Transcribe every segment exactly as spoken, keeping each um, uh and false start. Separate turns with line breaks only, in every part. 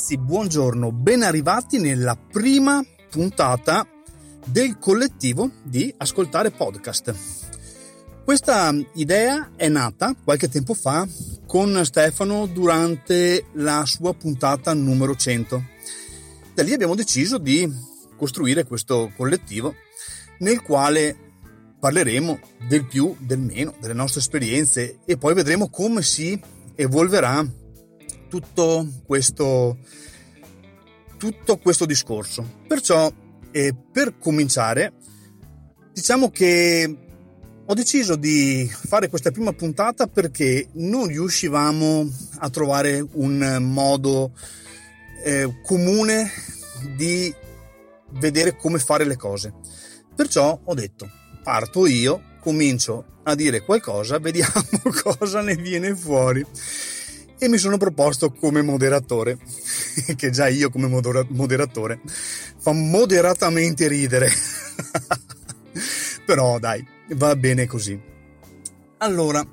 ragazzi, buongiorno, ben arrivati nella prima puntata del collettivo di Ascoltare Podcast. Questa idea è nata qualche tempo fa con Stefano durante la sua puntata numero cento. Da lì abbiamo deciso di costruire questo collettivo nel quale parleremo del più, del meno, delle nostre esperienze e poi vedremo come si evolverà tutto questo, tutto questo discorso. Perciò, eh, per cominciare, diciamo che ho deciso di fare questa prima puntata perché non riuscivamo a trovare un modo eh, comune di vedere come fare le cose. Perciò ho detto, parto io, comincio a dire qualcosa, vediamo cosa ne viene fuori. E mi sono proposto come moderatore, che già io come modera- moderatore fa moderatamente ridere. Però dai, va bene così. Allora,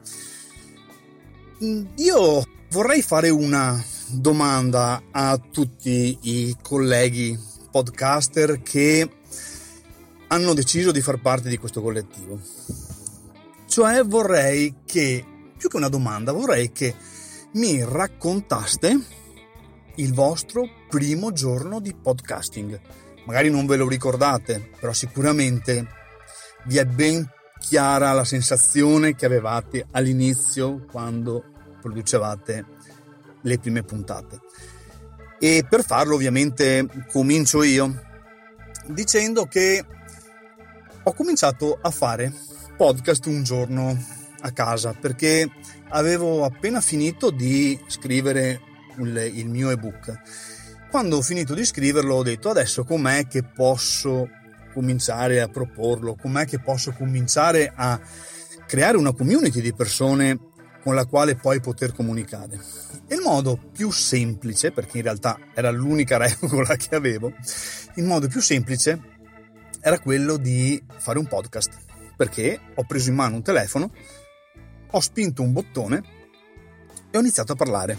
io vorrei fare una domanda a tutti i colleghi podcaster che hanno deciso di far parte di questo collettivo. Cioè vorrei che, più che una domanda, vorrei che mi raccontaste il vostro primo giorno di podcasting. Magari non ve lo ricordate, però sicuramente vi è ben chiara la sensazione che avevate all'inizio quando producevate le prime puntate. E per farlo ovviamente comincio io dicendo che ho cominciato a fare podcast un giorno a casa perché avevo appena finito di scrivere il, il mio ebook. Quando ho finito di scriverlo ho detto adesso com'è che posso cominciare a proporlo, com'è che posso cominciare a creare una community di persone con la quale poi poter comunicare. E il modo più semplice, perché in realtà era l'unica regola che avevo, il modo più semplice era quello di fare un podcast, perché ho preso in mano un telefono, ho spinto un bottone e ho iniziato a parlare.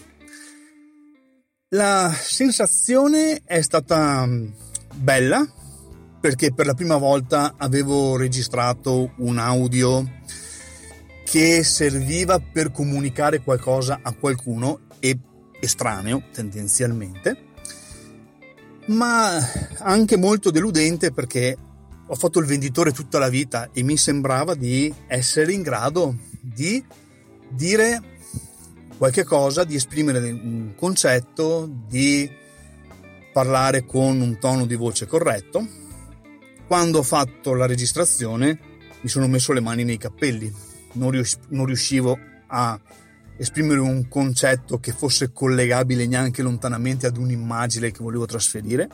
La sensazione è stata bella perché per la prima volta avevo registrato un audio che serviva per comunicare qualcosa a qualcuno e estraneo tendenzialmente, ma anche molto deludente perché ho fatto il venditore tutta la vita e mi sembrava di essere in grado di dire qualche cosa, di esprimere un concetto, di parlare con un tono di voce corretto. Quando ho fatto la registrazione mi sono messo le mani nei capelli, non, rius- non riuscivo a esprimere un concetto che fosse collegabile neanche lontanamente ad un'immagine che volevo trasferire.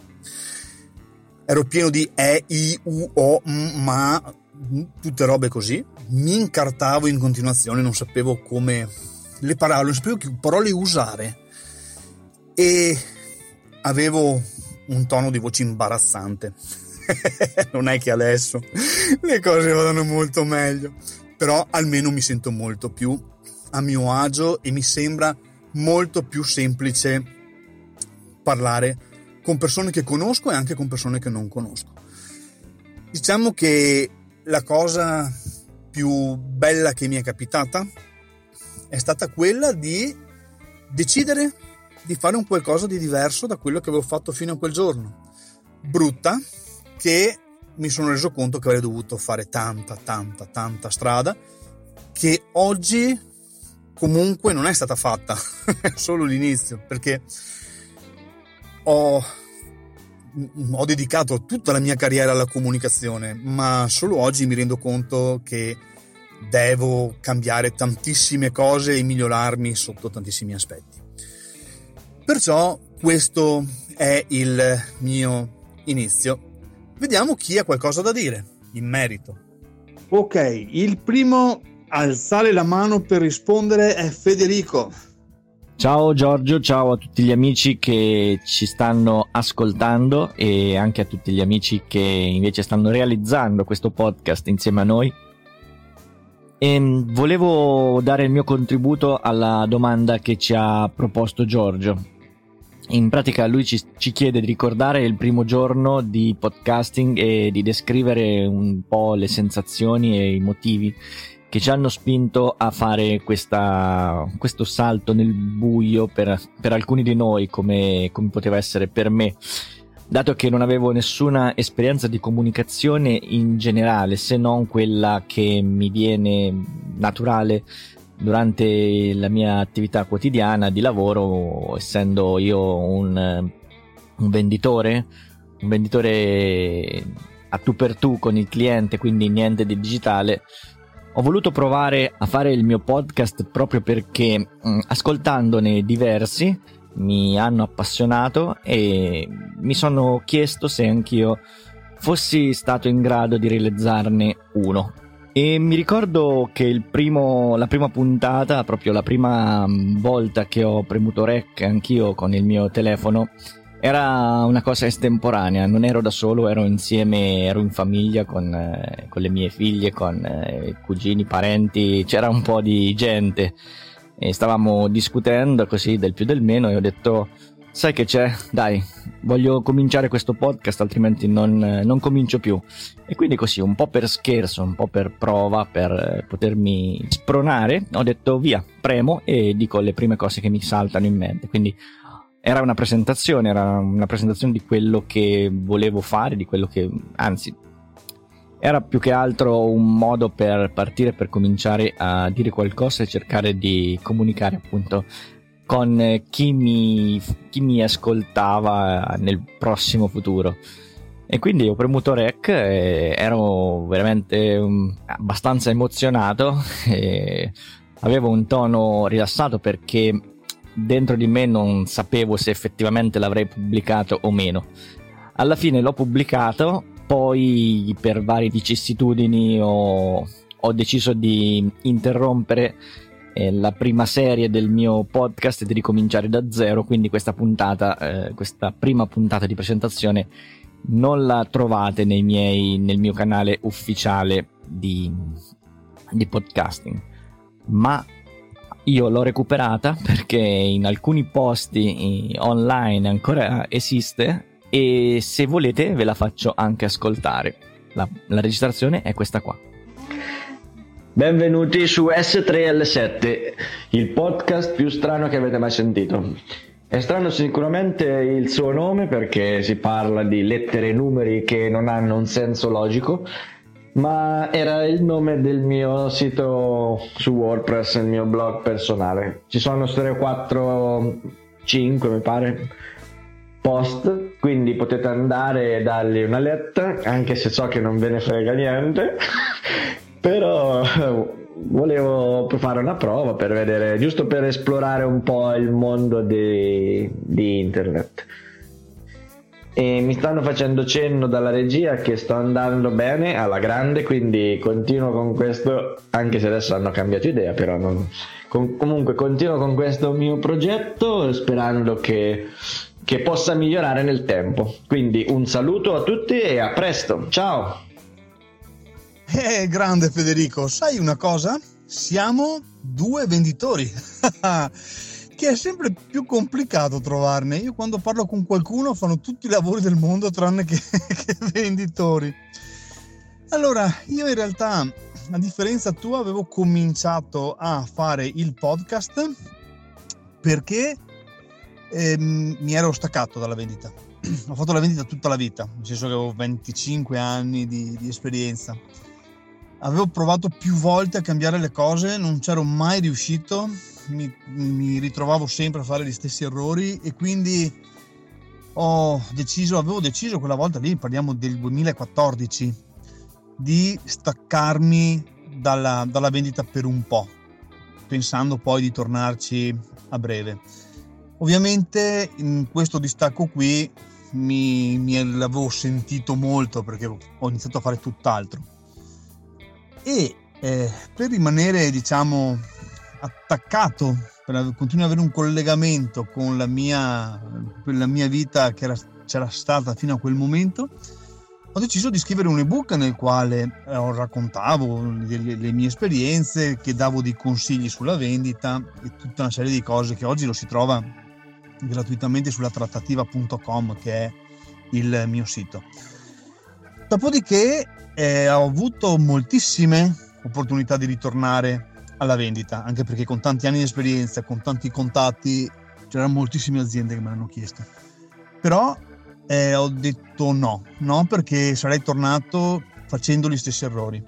Ero pieno di e, i, u, o, m, ma, tutte robe così. Mi incartavo in continuazione, non sapevo come le parole, non sapevo che parole usare e avevo un tono di voce imbarazzante. Non è che adesso le cose vadano molto meglio, però almeno mi sento molto più a mio agio e mi sembra molto più semplice parlare con persone che conosco e anche con persone che non conosco. Diciamo che la cosa più bella che mi è capitata è stata quella di decidere di fare un qualcosa di diverso da quello che avevo fatto fino a quel giorno. Brutta, che mi sono reso conto che avrei dovuto fare tanta, tanta, tanta strada, che oggi comunque non è stata fatta, è solo l'inizio, perché ho, ho dedicato tutta la mia carriera alla comunicazione, ma solo oggi mi rendo conto che devo cambiare tantissime cose e migliorarmi sotto tantissimi aspetti. Perciò questo è il mio inizio. Vediamo chi ha qualcosa da dire in merito.
Ok, il primo a alzare la mano per rispondere è Federico.
Ciao Giorgio, ciao a tutti gli amici che ci stanno ascoltando e anche a tutti gli amici che invece stanno realizzando questo podcast insieme a noi. E volevo dare il mio contributo alla domanda che ci ha proposto Giorgio. In pratica lui ci, ci chiede di ricordare il primo giorno di podcasting e di descrivere un po' le sensazioni e i motivi che ci hanno spinto a fare questa, questo salto nel buio per, per alcuni di noi, come, come poteva essere per me, dato che non avevo nessuna esperienza di comunicazione in generale, se non quella che mi viene naturale durante la mia attività quotidiana di lavoro, essendo io un, un venditore, un venditore a tu per tu con il cliente, quindi niente di digitale. Ho voluto provare a fare il mio podcast proprio perché mh, ascoltandone diversi mi hanno appassionato e mi sono chiesto se anch'io fossi stato in grado di realizzarne uno. E mi ricordo che il primo, la prima puntata, proprio la prima volta che ho premuto rec anch'io con il mio telefono, era una cosa estemporanea, non ero da solo, ero insieme, ero in famiglia con, eh, con le mie figlie, con eh, cugini, parenti, c'era un po' di gente e stavamo discutendo così del più del meno e ho detto: sai che c'è? Dai, voglio cominciare questo podcast, altrimenti non, non comincio più. E quindi così, un po' per scherzo, un po' per prova, per potermi spronare, ho detto via, premo e dico le prime cose che mi saltano in mente. Quindi era una presentazione, era una presentazione di quello che volevo fare, di quello che, anzi, era più che altro un modo per partire, per cominciare a dire qualcosa e cercare di comunicare appunto con chi mi, chi mi ascoltava nel prossimo futuro. E quindi ho premuto rec e ero veramente um, abbastanza emozionato e avevo un tono rilassato perché dentro di me non sapevo se effettivamente l'avrei pubblicato o meno. Alla fine l'ho pubblicato, poi per varie vicissitudini ho, ho deciso di interrompere la prima serie del mio podcast e di ricominciare da zero, quindi questa puntata, eh, questa prima puntata di presentazione non la trovate nei miei, nel mio canale ufficiale di, di podcasting, ma io l'ho recuperata perché in alcuni posti online ancora esiste e se volete ve la faccio anche ascoltare. La, la registrazione è questa qua.
Benvenuti su S tre L sette, il podcast più strano che avete mai sentito. È strano sicuramente il suo nome perché si parla di lettere e numeri che non hanno un senso logico, ma era il nome del mio sito su WordPress, il mio blog personale. Ci sono tre, quattro, cinque mi pare post, quindi potete andare e dargli una letta, anche se so che non ve ne frega niente. Però volevo fare una prova per vedere, giusto per esplorare un po' il mondo di, di internet. E mi stanno facendo cenno dalla regia che sto andando bene alla grande, quindi continuo con questo, anche se adesso hanno cambiato idea, però non, con, comunque continuo con questo mio progetto sperando che, che possa migliorare nel tempo. Quindi un saluto a tutti e a presto, ciao!
Eh, grande Federico, sai una cosa? Siamo due venditori, che è sempre più complicato trovarne. Io quando parlo con qualcuno fanno tutti i lavori del mondo tranne che, che venditori. Allora, io in realtà, a differenza tua, avevo cominciato a fare il podcast perché ehm, mi ero staccato dalla vendita. Ho fatto la vendita tutta la vita, nel senso che avevo venticinque anni di, di esperienza. Avevo provato più volte a cambiare le cose, non c'ero mai riuscito, mi, mi ritrovavo sempre a fare gli stessi errori e quindi ho deciso, avevo deciso quella volta lì, parliamo del duemilaquattordici, di staccarmi dalla, dalla vendita per un po', pensando poi di tornarci a breve. Ovviamente in questo distacco qui mi, mi l'avevo sentito molto perché ho iniziato a fare tutt'altro. E eh, per rimanere, diciamo, attaccato, per continuare ad avere un collegamento con la mia, per la mia vita che era, c'era stata fino a quel momento, ho deciso di scrivere un ebook nel quale eh, raccontavo le, le mie esperienze, che davo dei consigli sulla vendita e tutta una serie di cose che oggi lo si trova gratuitamente sulla trattativa punto com, che è il mio sito. Dopodiché eh, ho avuto moltissime opportunità di ritornare alla vendita, anche perché con tanti anni di esperienza, con tanti contatti, c'erano moltissime aziende che me l'hanno chiesto. Però eh, ho detto no, no, perché sarei tornato facendo gli stessi errori.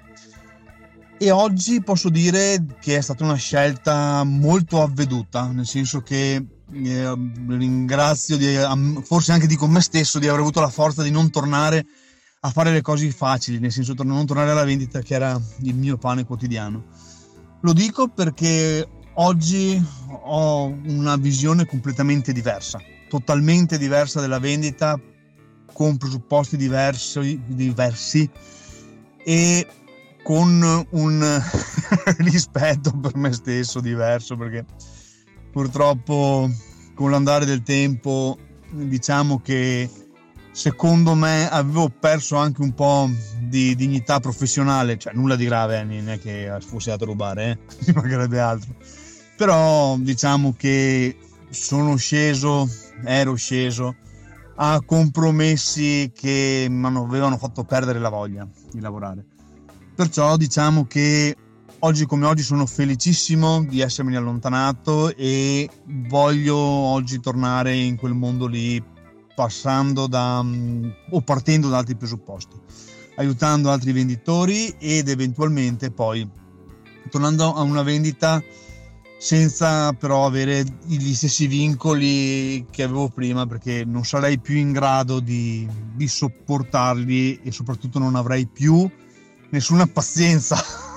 E oggi posso dire che è stata una scelta molto avveduta, nel senso che eh, ringrazio di, forse anche dico me stesso, di aver avuto la forza di non tornare a fare le cose facili, nel senso di non tornare alla vendita, che era il mio pane quotidiano. Lo dico perché oggi ho una visione completamente diversa, totalmente diversa della vendita, con presupposti diversi, diversi e con un rispetto per me stesso diverso, perché purtroppo con l'andare del tempo diciamo che secondo me avevo perso anche un po' di dignità professionale, cioè nulla di grave, eh, non è che fossi andato a rubare, eh? Ci mancherebbe altro, però diciamo che sono sceso, ero sceso a compromessi che mi avevano fatto perdere la voglia di lavorare. Perciò diciamo che oggi come oggi sono felicissimo di essermi allontanato e voglio oggi tornare in quel mondo lì, passando da o partendo da altri presupposti, aiutando altri venditori ed eventualmente poi tornando a una vendita senza però avere gli stessi vincoli che avevo prima, perché non sarei più in grado di, di sopportarli e soprattutto non avrei più nessuna pazienza.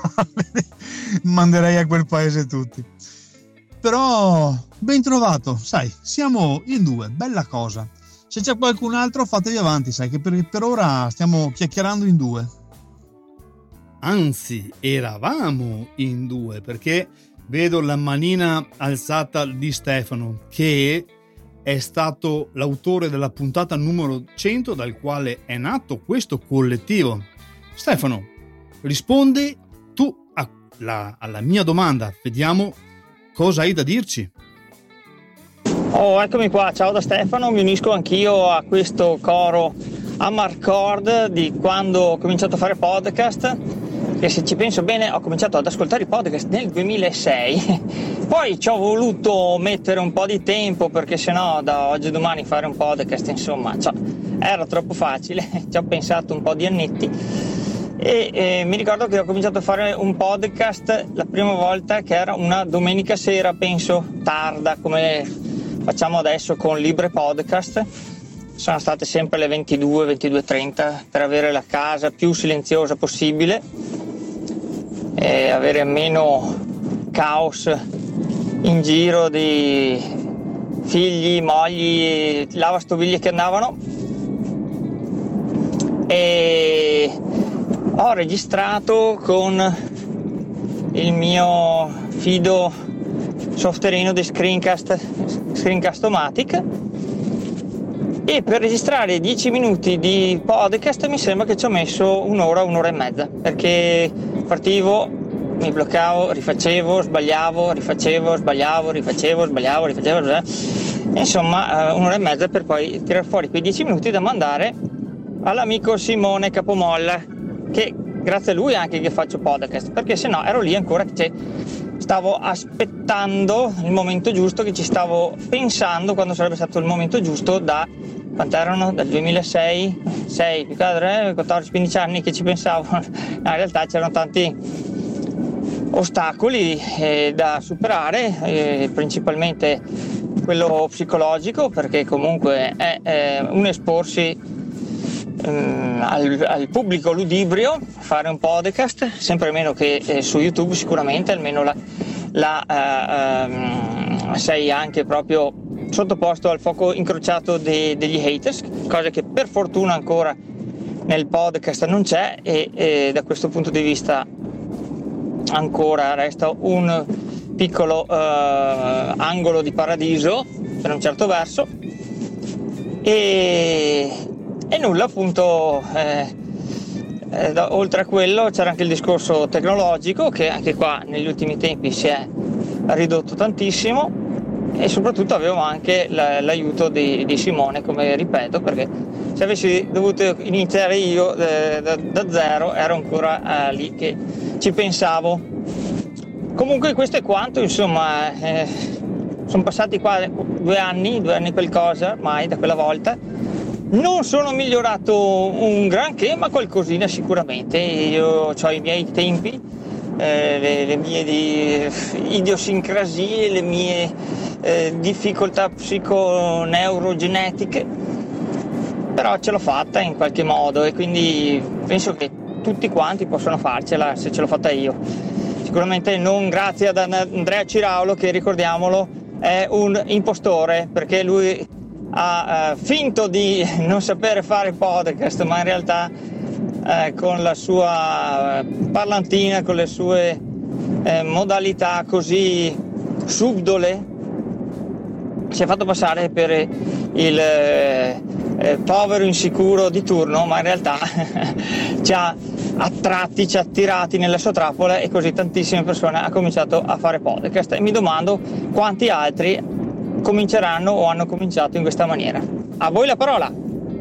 Manderei a quel paese tutti. Però ben trovato, sai, siamo in due, bella cosa. Se c'è qualcun altro fatevi avanti, sai che per, per ora stiamo chiacchierando in due.
Anzi, eravamo in due, perché vedo la manina alzata di Stefano, che è stato l'autore della puntata numero cento, dal quale è nato questo collettivo. Stefano, rispondi tu alla, alla mia domanda, vediamo cosa hai da dirci.
Oh, eccomi qua, ciao da Stefano, mi unisco anch'io a questo coro Amarcord di quando ho cominciato a fare podcast, che se ci penso bene ho cominciato ad ascoltare i podcast nel duemilasei, poi ci ho voluto mettere un po' di tempo perché sennò da oggi a domani fare un podcast insomma cioè, era troppo facile, ci ho pensato un po' di annetti e eh, mi ricordo che ho cominciato a fare un podcast la prima volta che era una domenica sera, penso tarda, come facciamo adesso con Libre Podcast. Sono state sempre le ventidue, ventidue e trenta per avere la casa più silenziosa possibile e avere meno caos in giro di figli, mogli, lavastoviglie che andavano. E ho registrato con il mio fido softwareino di Screencast, Screencast-O-Matic, e per registrare dieci minuti di podcast mi sembra che ci ho messo un'ora, un'ora e mezza, perché partivo, mi bloccavo, rifacevo, sbagliavo, rifacevo, sbagliavo, rifacevo, sbagliavo, rifacevo, sbagliavo. Insomma un'ora e mezza per poi tirar fuori quei dieci minuti da mandare all'amico Simone Capomolla, che grazie a lui anche che faccio podcast, perché se no ero lì ancora che stavo aspettando il momento giusto, che ci stavo pensando quando sarebbe stato il momento giusto da quanto erano? Dal duemilasei, sei, più che quattordici quindici anni che ci pensavo. No, in realtà c'erano tanti ostacoli eh, da superare, eh, principalmente quello psicologico, perché comunque è eh, un esporsi ehm, al, al pubblico ludibrio, fare un podcast, sempre meno che eh, su YouTube sicuramente, almeno la, la eh, ehm, sei anche proprio sottoposto al fuoco incrociato de, degli haters, cosa che per fortuna ancora nel podcast non c'è, e, e da questo punto di vista ancora resta un piccolo eh, angolo di paradiso per un certo verso, e, e nulla appunto eh, eh, da, oltre a quello c'era anche il discorso tecnologico, che anche qua negli ultimi tempi si è ridotto tantissimo, e soprattutto avevo anche la, l'aiuto di, di Simone, come ripeto, perché se avessi dovuto iniziare io eh, da, da zero ero ancora eh, lì che ci pensavo. Comunque questo è quanto, insomma, eh, sono passati qua due anni, due anni qualcosa ormai da quella volta. Non sono migliorato un granché, ma qualcosina sicuramente. Io ho i miei tempi, eh, le, le mie di, idiosincrasie, le mie eh, difficoltà psiconeurogenetiche, però ce l'ho fatta in qualche modo e quindi penso che tutti quanti possono farcela se ce l'ho fatta io. Sicuramente non grazie ad Andrea Ciraulo, che ricordiamolo è un impostore, perché lui ha uh, finto di non sapere fare podcast, ma in realtà uh, con la sua parlantina, con le sue uh, modalità così subdole, si è fatto passare per il uh, povero insicuro di turno, ma in realtà ci ha attratti, ci ha attirati nella sua trappola e così tantissime persone hanno cominciato a fare podcast, e mi domando quanti altri cominceranno o hanno cominciato in questa maniera. A voi la parola.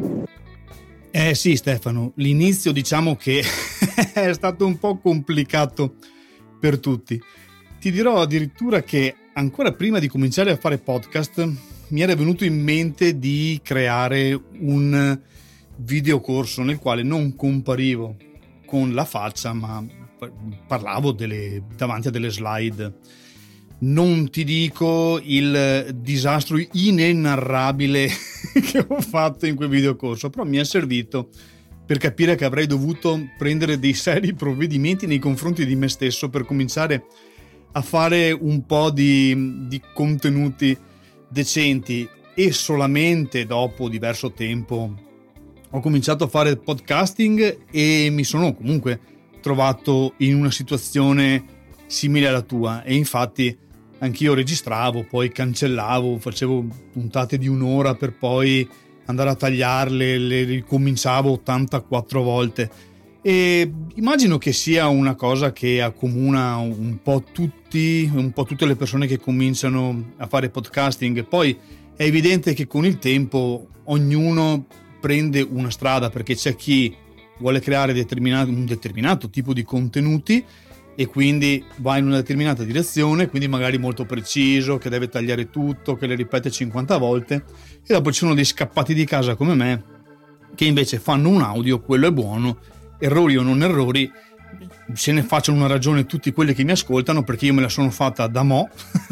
Eh sì, Stefano, l'inizio diciamo che è stato un po' complicato per tutti. Ti dirò addirittura che ancora prima di cominciare a fare podcast mi era venuto in mente di creare un videocorso nel quale non comparivo con la faccia, ma parlavo delle, davanti a delle slide. Non ti dico il disastro inenarrabile che ho fatto in quel videocorso, però mi è servito per capire che avrei dovuto prendere dei seri provvedimenti nei confronti di me stesso per cominciare a fare un po' di, di contenuti decenti, e solamente dopo diverso tempo ho cominciato a fare podcasting e mi sono comunque trovato in una situazione simile alla tua, e infatti anch'io registravo, poi cancellavo, facevo puntate di un'ora per poi andare a tagliarle, le ricominciavo ottantaquattro volte, e immagino che sia una cosa che accomuna un po' tutti, un po' tutte le persone che cominciano a fare podcasting. Poi è evidente che con il tempo ognuno prende una strada, perché c'è chi vuole creare determinato, un determinato tipo di contenuti e quindi va in una determinata direzione, quindi magari molto preciso, che deve tagliare tutto, che le ripete cinquanta volte, e dopo ci sono dei scappati di casa come me che invece fanno un audio, quello è buono, errori o non errori se ne facciano una ragione tutti quelli che mi ascoltano, perché io me la sono fatta da mo'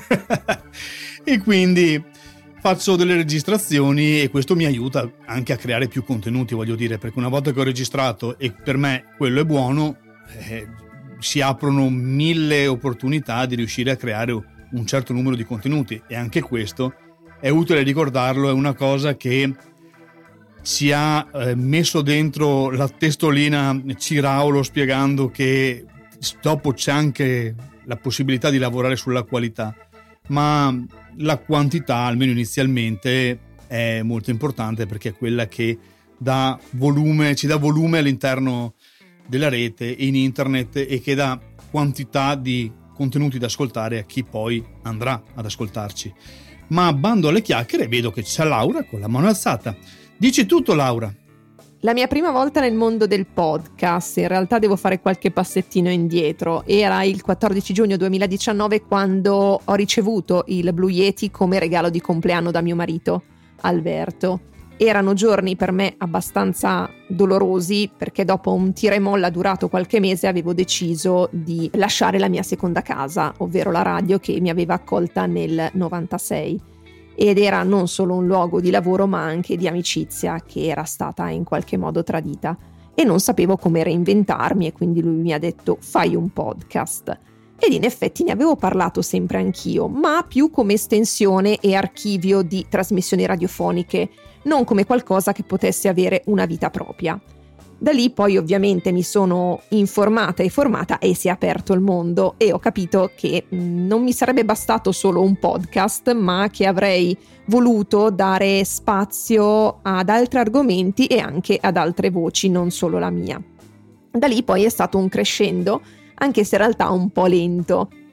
e quindi faccio delle registrazioni, e questo mi aiuta anche a creare più contenuti, voglio dire, perché una volta che ho registrato e per me quello è buono, eh, si aprono mille opportunità di riuscire a creare un certo numero di contenuti, e anche questo è utile ricordarlo, è una cosa che si ha eh, messo dentro la testolina Ciraulo, spiegando che dopo c'è anche la possibilità di lavorare sulla qualità, ma la quantità, almeno inizialmente, è molto importante, perché è quella che dà volume, ci dà volume all'interno della rete e in internet, e che dà quantità di contenuti da ascoltare a chi poi andrà ad ascoltarci. Ma bando alle chiacchiere, vedo che c'è Laura con la mano alzata. Dici tutto, Laura.
La mia prima volta nel mondo del podcast, in realtà devo fare qualche passettino indietro, era il quattordici giugno duemiladiciannove, quando ho ricevuto il Blue Yeti come regalo di compleanno da mio marito, Alberto. Erano giorni per me abbastanza dolorosi, perché dopo un tira e molla durato qualche mese avevo deciso di lasciare la mia seconda casa, ovvero la radio che mi aveva accolta nel novantasei. Ed era non solo un luogo di lavoro, ma anche di amicizia che era stata in qualche modo tradita, e non sapevo come reinventarmi, e quindi lui mi ha detto: fai un podcast. Ed in effetti ne avevo parlato sempre anch'io, ma più come estensione e archivio di trasmissioni radiofoniche, non come qualcosa che potesse avere una vita propria. Da lì poi ovviamente mi sono informata e formata, e si è aperto il mondo, e ho capito che mh, non mi sarebbe bastato solo un podcast, ma che avrei voluto dare spazio ad altri argomenti e anche ad altre voci, non solo la mia. Da lì poi è stato un crescendo, anche se in realtà un po' lento.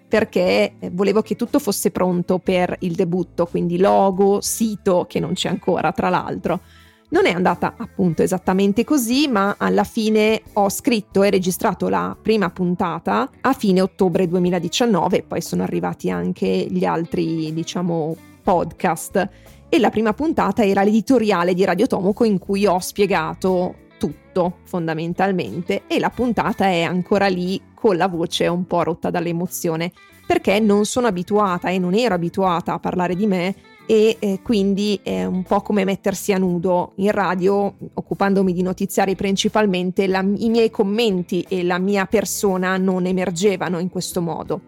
perché volevo che tutto fosse pronto per il debutto, quindi logo, sito, che non c'è ancora tra l'altro. Non è andata appunto esattamente così, ma alla fine ho scritto e registrato la prima puntata a fine ottobre duemiladiciannove, poi sono arrivati anche gli altri, diciamo, podcast, e la prima puntata era l'editoriale di Radio Tomoco in cui ho spiegato tutto fondamentalmente, e la puntata è ancora lì con la voce un po' rotta dall'emozione, perché non sono abituata e non ero abituata a parlare di me, e eh, quindi è un po' come mettersi a nudo in radio, occupandomi di notiziari principalmente. La, i miei commenti e la mia persona non emergevano in questo modo.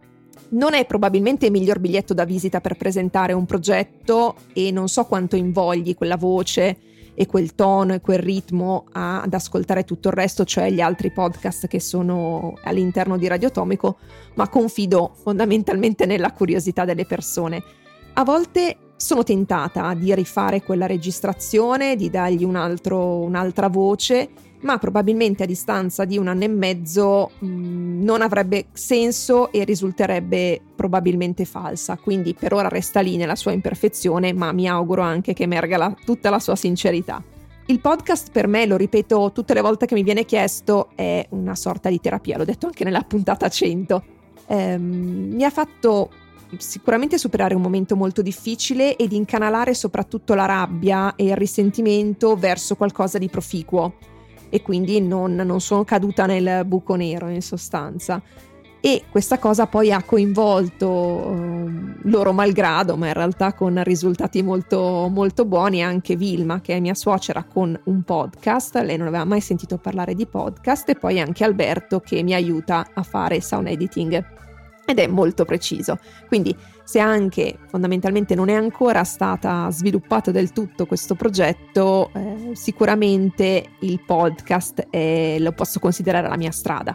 Non è probabilmente il miglior biglietto da visita per presentare un progetto, e non so quanto invogli quella voce e quel tono e quel ritmo a, ad ascoltare tutto il resto, cioè gli altri podcast che sono all'interno di Radio Tomico, ma confido fondamentalmente nella curiosità delle persone. A volte sono tentata di rifare quella registrazione, di dargli un altro, un'altra voce, ma probabilmente a distanza di un anno e mezzo mh, non avrebbe senso e risulterebbe probabilmente falsa. Quindi per ora resta lì nella sua imperfezione, ma mi auguro anche che emerga la, tutta la sua sincerità. Il podcast per me, lo ripeto tutte le volte che mi viene chiesto, è una sorta di terapia, l'ho detto anche nella puntata cento. Ehm, mi ha fatto sicuramente superare un momento molto difficile ed incanalare soprattutto la rabbia e il risentimento verso qualcosa di proficuo, e quindi non, non sono caduta nel buco nero in sostanza. E questa cosa poi ha coinvolto eh, loro malgrado, ma in realtà con risultati molto, molto buoni, anche Vilma, che è mia suocera, con un podcast. Lei non aveva mai sentito parlare di podcast, e poi anche Alberto, che mi aiuta a fare sound editing ed è molto preciso. Quindi se anche fondamentalmente non è ancora stata sviluppato del tutto questo progetto, eh, sicuramente il podcast è, lo posso considerare la mia strada.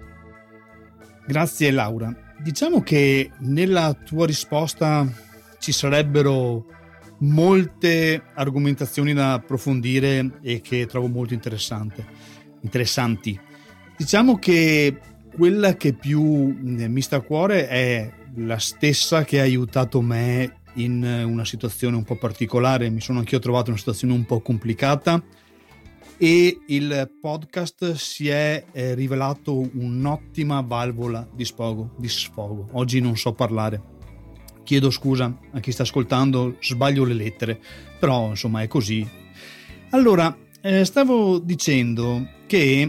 Grazie Laura. Diciamo che nella tua risposta ci sarebbero molte argomentazioni da approfondire e che trovo molto interessante, interessanti. Diciamo che quella che più mi sta a cuore è la stessa che ha aiutato me in una situazione un po' particolare. Mi sono anch'io trovato in una situazione un po' complicata, e il podcast si è eh, rivelato un'ottima valvola di sfogo, di sfogo. Oggi non so parlare, chiedo scusa a chi sta ascoltando, sbaglio le lettere, però insomma è così. Allora, eh, stavo dicendo che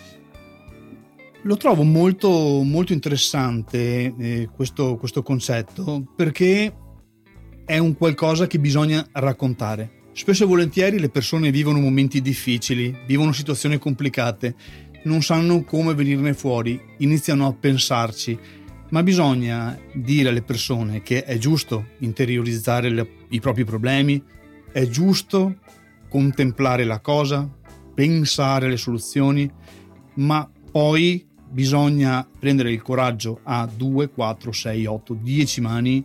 lo trovo molto, molto interessante eh, questo, questo concetto, perché è un qualcosa che bisogna raccontare. Spesso e volentieri le persone vivono momenti difficili, vivono situazioni complicate, non sanno come venirne fuori, iniziano a pensarci, ma bisogna dire alle persone che è giusto interiorizzare le, i propri problemi, è giusto contemplare la cosa, pensare alle soluzioni, ma poi bisogna prendere il coraggio a due, quattro, sei, otto, dieci mani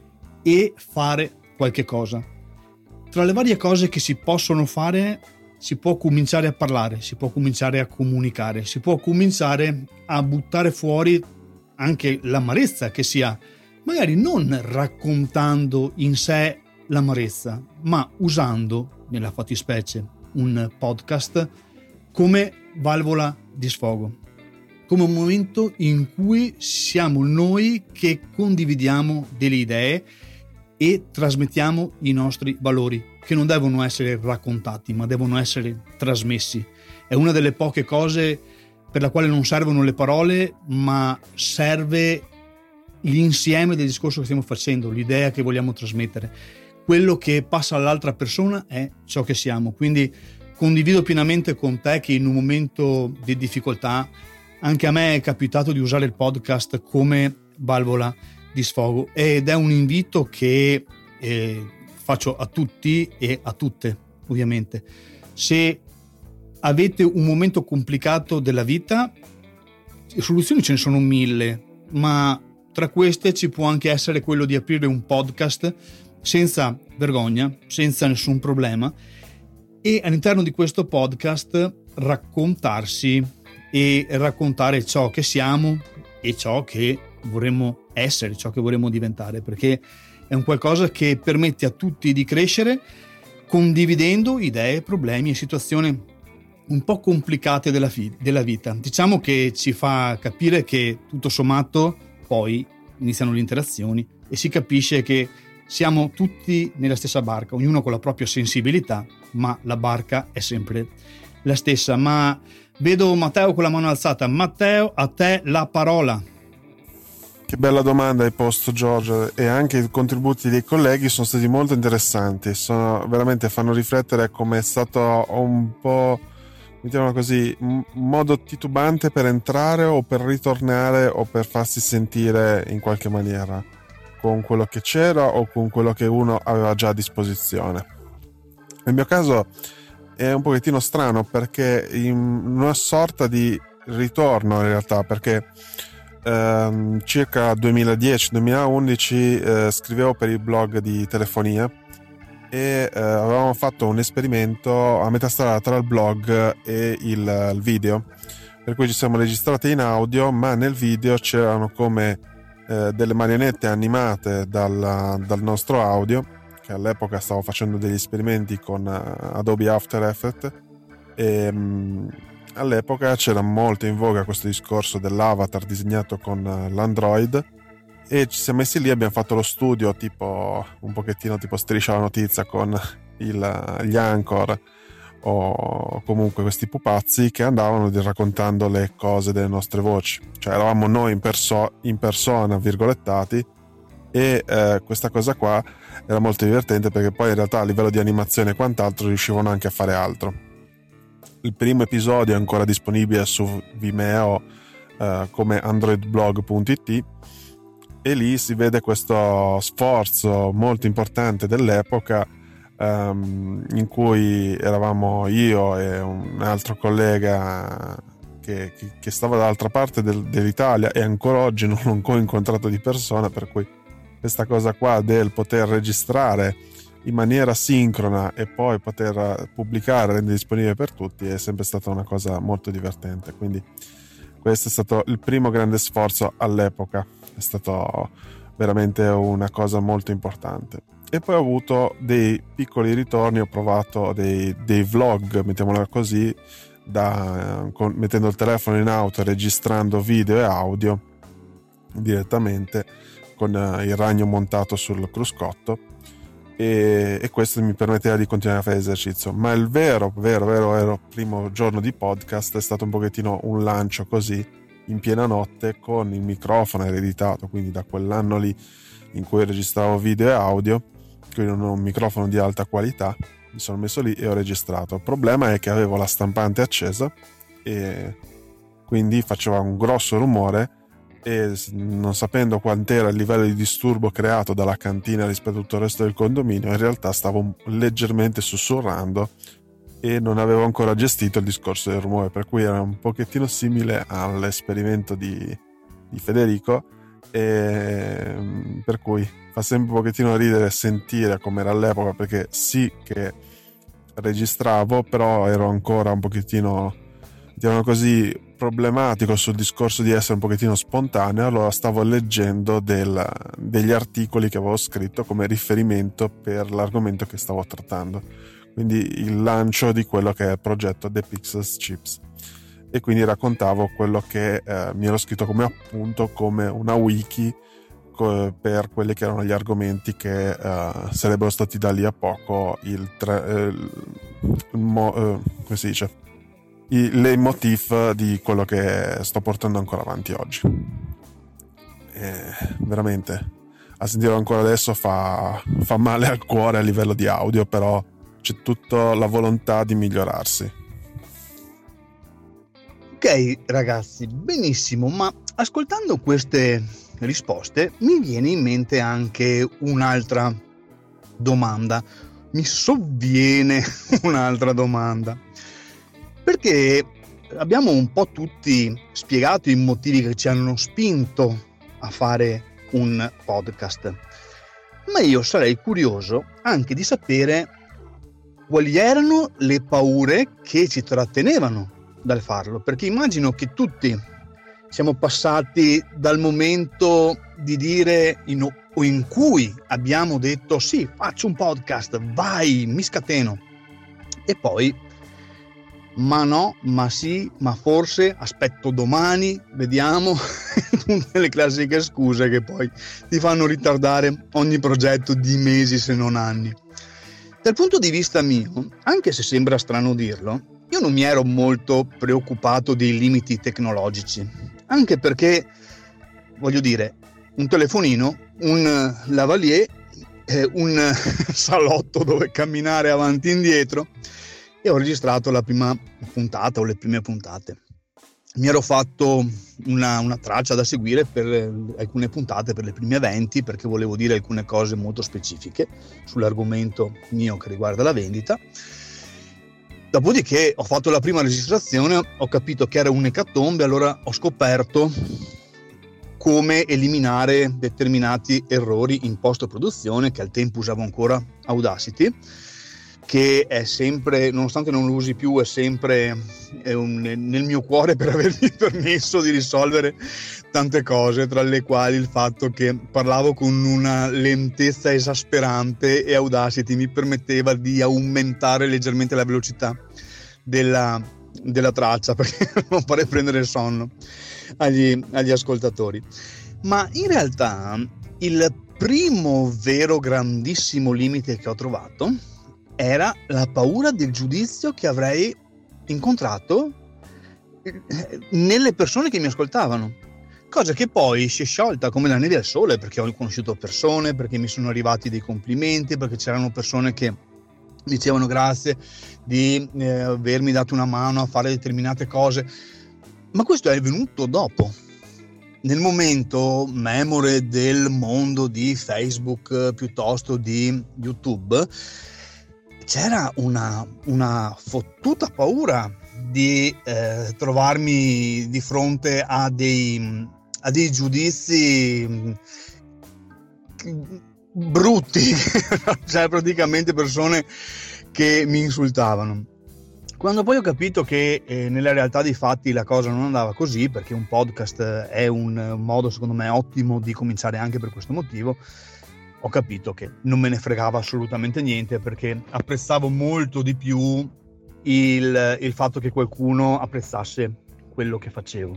e fare qualche cosa. Tra le varie cose che si possono fare, si può cominciare a parlare, si può cominciare a comunicare, si può cominciare a buttare fuori anche l'amarezza che si ha, magari non raccontando in sé l'amarezza, ma usando, nella fattispecie, un podcast come valvola di sfogo, come un momento in cui siamo noi che condividiamo delle idee e trasmettiamo i nostri valori, che non devono essere raccontati, ma devono essere trasmessi. È una delle poche cose per la quale non servono le parole, ma serve l'insieme del discorso che stiamo facendo, l'idea che vogliamo trasmettere. Quello che passa all'altra persona è ciò che siamo. Quindi condivido pienamente con te che in un momento di difficoltà anche a me è capitato di usare il podcast come valvola di sfogo, ed è un invito che eh, faccio a tutti e a tutte, ovviamente. Se avete un momento complicato della vita, soluzioni ce ne sono mille, ma tra queste ci può anche essere quello di aprire un podcast senza vergogna, senza nessun problema, e all'interno di questo podcast raccontarsi e raccontare ciò che siamo e ciò che vorremmo essere, ciò che vorremmo diventare, perché è un qualcosa che permette a tutti di crescere condividendo idee, problemi e situazioni un po' complicate della, fi- della vita. Diciamo che ci fa capire che tutto sommato poi iniziano le interazioni e si capisce che siamo tutti nella stessa barca, ognuno con la propria sensibilità, ma la barca è sempre la stessa. Ma vedo Matteo con la mano alzata. Matteo, a te la parola.
Che bella domanda hai posto, Giorgio, e anche i contributi dei colleghi sono stati molto interessanti, sono veramente fanno riflettere come è stato un po', mettiamola così, un modo titubante per entrare o per ritornare o per farsi sentire in qualche maniera con quello che c'era o con quello che uno aveva già a disposizione. Nel mio caso è un pochettino strano perché in una sorta di ritorno in realtà, perché ehm, circa duemiladieci duemilaundici eh, scrivevo per il blog di telefonia e eh, avevamo fatto un esperimento a metà strada tra il blog e il, il video, per cui ci siamo registrati in audio, ma nel video c'erano come eh, delle marionette animate dal, dal nostro audio, che all'epoca stavo facendo degli esperimenti con uh, Adobe After Effects e um, all'epoca c'era molto in voga questo discorso dell'avatar disegnato con uh, l'Android, e ci siamo messi lì, abbiamo fatto lo studio tipo un pochettino tipo Striscia la notizia con il, gli anchor o comunque questi pupazzi che andavano raccontando le cose delle nostre voci, cioè eravamo noi in, perso- in persona virgolettati, e eh, questa cosa qua era molto divertente perché poi in realtà a livello di animazione e quant'altro riuscivano anche a fare altro. Il primo episodio è ancora disponibile su Vimeo eh, come androidblog punto it, e lì si vede questo sforzo molto importante dell'epoca um, in cui eravamo io e un altro collega che, che, che stava dall'altra parte del, dell'Italia e ancora oggi non l'ho ancora incontrato di persona, per cui questa cosa qua del poter registrare in maniera sincrona e poi poter pubblicare, rendere disponibile per tutti, è sempre stata una cosa molto divertente. Quindi questo è stato il primo grande sforzo all'epoca, è stato veramente una cosa molto importante. E poi ho avuto dei piccoli ritorni, ho provato dei, dei vlog, mettiamola così, da, con, mettendo il telefono in auto e registrando video e audio direttamente con il ragno montato sul cruscotto, e, e questo mi permetteva di continuare a fare esercizio. Ma il vero, vero, vero, vero primo giorno di podcast è stato un pochettino un lancio così in piena notte con il microfono ereditato, quindi da quell'anno lì in cui registravo video e audio, quindi non ho un microfono di alta qualità, mi sono messo lì e ho registrato. Il problema è che avevo la stampante accesa e quindi faceva un grosso rumore, e non sapendo quant'era il livello di disturbo creato dalla cantina rispetto a tutto il resto del condominio, in realtà stavo leggermente sussurrando e non avevo ancora gestito il discorso del rumore, per cui era un pochettino simile all'esperimento di, di Federico, e per cui fa sempre un pochettino ridere sentire come era all'epoca, perché sì che registravo, però ero ancora un pochettino, diciamo così, problematico sul discorso di essere un pochettino spontaneo. Allora stavo leggendo del, degli articoli che avevo scritto come riferimento per l'argomento che stavo trattando, quindi il lancio di quello che è il progetto The Pixels Chips, e quindi raccontavo quello che eh, mi ero scritto come appunto, come una wiki co- per quelli che erano gli argomenti che eh, sarebbero stati da lì a poco il, tre, eh, il mo, eh, come si dice il leitmotiv di quello che sto portando ancora avanti oggi. E veramente a sentirlo ancora adesso fa, fa male al cuore a livello di audio, però c'è tutta la volontà di migliorarsi.
Ok ragazzi, benissimo, ma ascoltando queste risposte mi viene in mente anche un'altra domanda, mi sovviene un'altra domanda, perché abbiamo un po' tutti spiegato i motivi che ci hanno spinto a fare un podcast, ma io sarei curioso anche di sapere quali erano le paure che ci trattenevano dal farlo, perché immagino che tutti
siamo passati dal momento di dire in, o in cui abbiamo detto sì, faccio un podcast, vai, mi scateno, e poi ma no, ma sì, ma forse, aspetto domani, vediamo, tutte le classiche scuse che poi ti fanno ritardare ogni progetto di mesi se non anni. Dal punto di vista mio, anche se sembra strano dirlo, io non mi ero molto preoccupato dei limiti tecnologici, anche perché, voglio dire, un telefonino, un lavalier, eh, un salotto dove camminare avanti e indietro, e ho registrato la prima puntata o le prime puntate. Mi ero fatto una, una traccia da seguire per alcune puntate, per le prime venti, perché volevo dire alcune cose molto specifiche sull'argomento mio che riguarda la vendita. Dopodiché ho fatto la prima registrazione, ho capito che era un'ecatombe, allora ho scoperto come eliminare determinati errori in post-produzione, che al tempo usavo ancora Audacity, che è sempre, nonostante non lo usi più, è sempre è un, nel mio cuore per avermi permesso di risolvere tante cose, tra le quali il fatto che parlavo con una lentezza esasperante e Audacity mi permetteva di aumentare leggermente la velocità della, della traccia, perché non farei prendere il sonno agli, agli ascoltatori. Ma in realtà il primo vero grandissimo limite che ho trovato era la paura del giudizio che avrei incontrato nelle persone che mi ascoltavano, cosa che poi si è sciolta come la neve al sole, perché ho conosciuto persone, perché mi sono arrivati dei complimenti, perché c'erano persone che dicevano grazie di eh, avermi dato una mano a fare determinate cose, ma questo è venuto dopo. Nel momento memore del mondo di Facebook piuttosto di YouTube, c'era una, una fottuta paura di eh, trovarmi di fronte a dei, a dei giudizi brutti, cioè praticamente persone che mi insultavano. Quando poi ho capito che eh, nella realtà dei fatti la cosa non andava così, perché un podcast è un modo secondo me ottimo di cominciare anche per questo motivo, ho capito che non me ne fregava assolutamente niente, perché apprezzavo molto di più il, il fatto che qualcuno apprezzasse quello che facevo.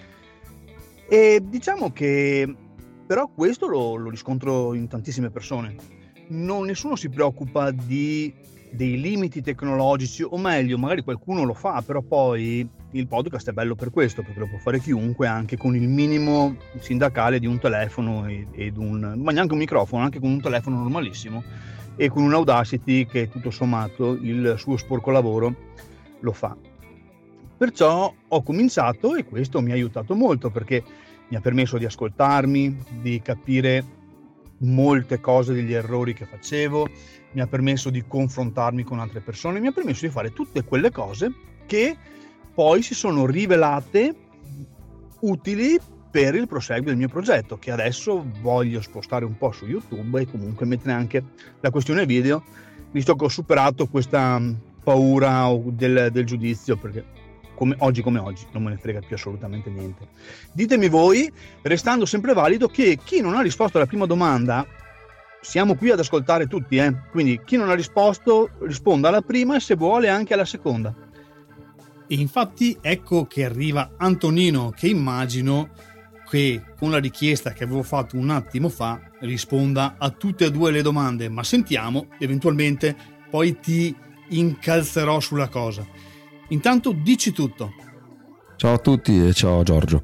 E diciamo che però questo lo, lo riscontro in tantissime persone. Non, nessuno si preoccupa di, dei limiti tecnologici, o meglio, magari qualcuno lo fa, però poi il podcast è bello per questo, perché lo può fare chiunque, anche con il minimo sindacale di un telefono ed un, ma neanche un microfono, anche con un telefono normalissimo e con un Audacity che tutto sommato il suo sporco lavoro lo fa. Perciò ho cominciato, e questo mi ha aiutato molto, perché mi ha permesso di ascoltarmi, di capire molte cose degli errori che facevo, mi ha permesso di confrontarmi con altre persone, mi ha permesso di fare tutte quelle cose che poi si sono rivelate utili per il proseguo del mio progetto, che adesso voglio spostare un po' su YouTube e comunque mettere anche la questione video, visto che ho superato questa paura del, del giudizio, perché come, oggi come oggi non me ne frega più assolutamente niente. Ditemi voi, restando sempre valido, che chi non ha risposto alla prima domanda, siamo qui ad ascoltare tutti, eh? Quindi chi non ha risposto risponda alla prima e se vuole anche alla seconda.
E infatti ecco che arriva Antonino, che immagino che con la richiesta che avevo fatto un attimo fa risponda a tutte e due le domande, ma sentiamo, eventualmente poi ti incalzerò sulla cosa. Intanto dici tutto.
Ciao a tutti e ciao Giorgio.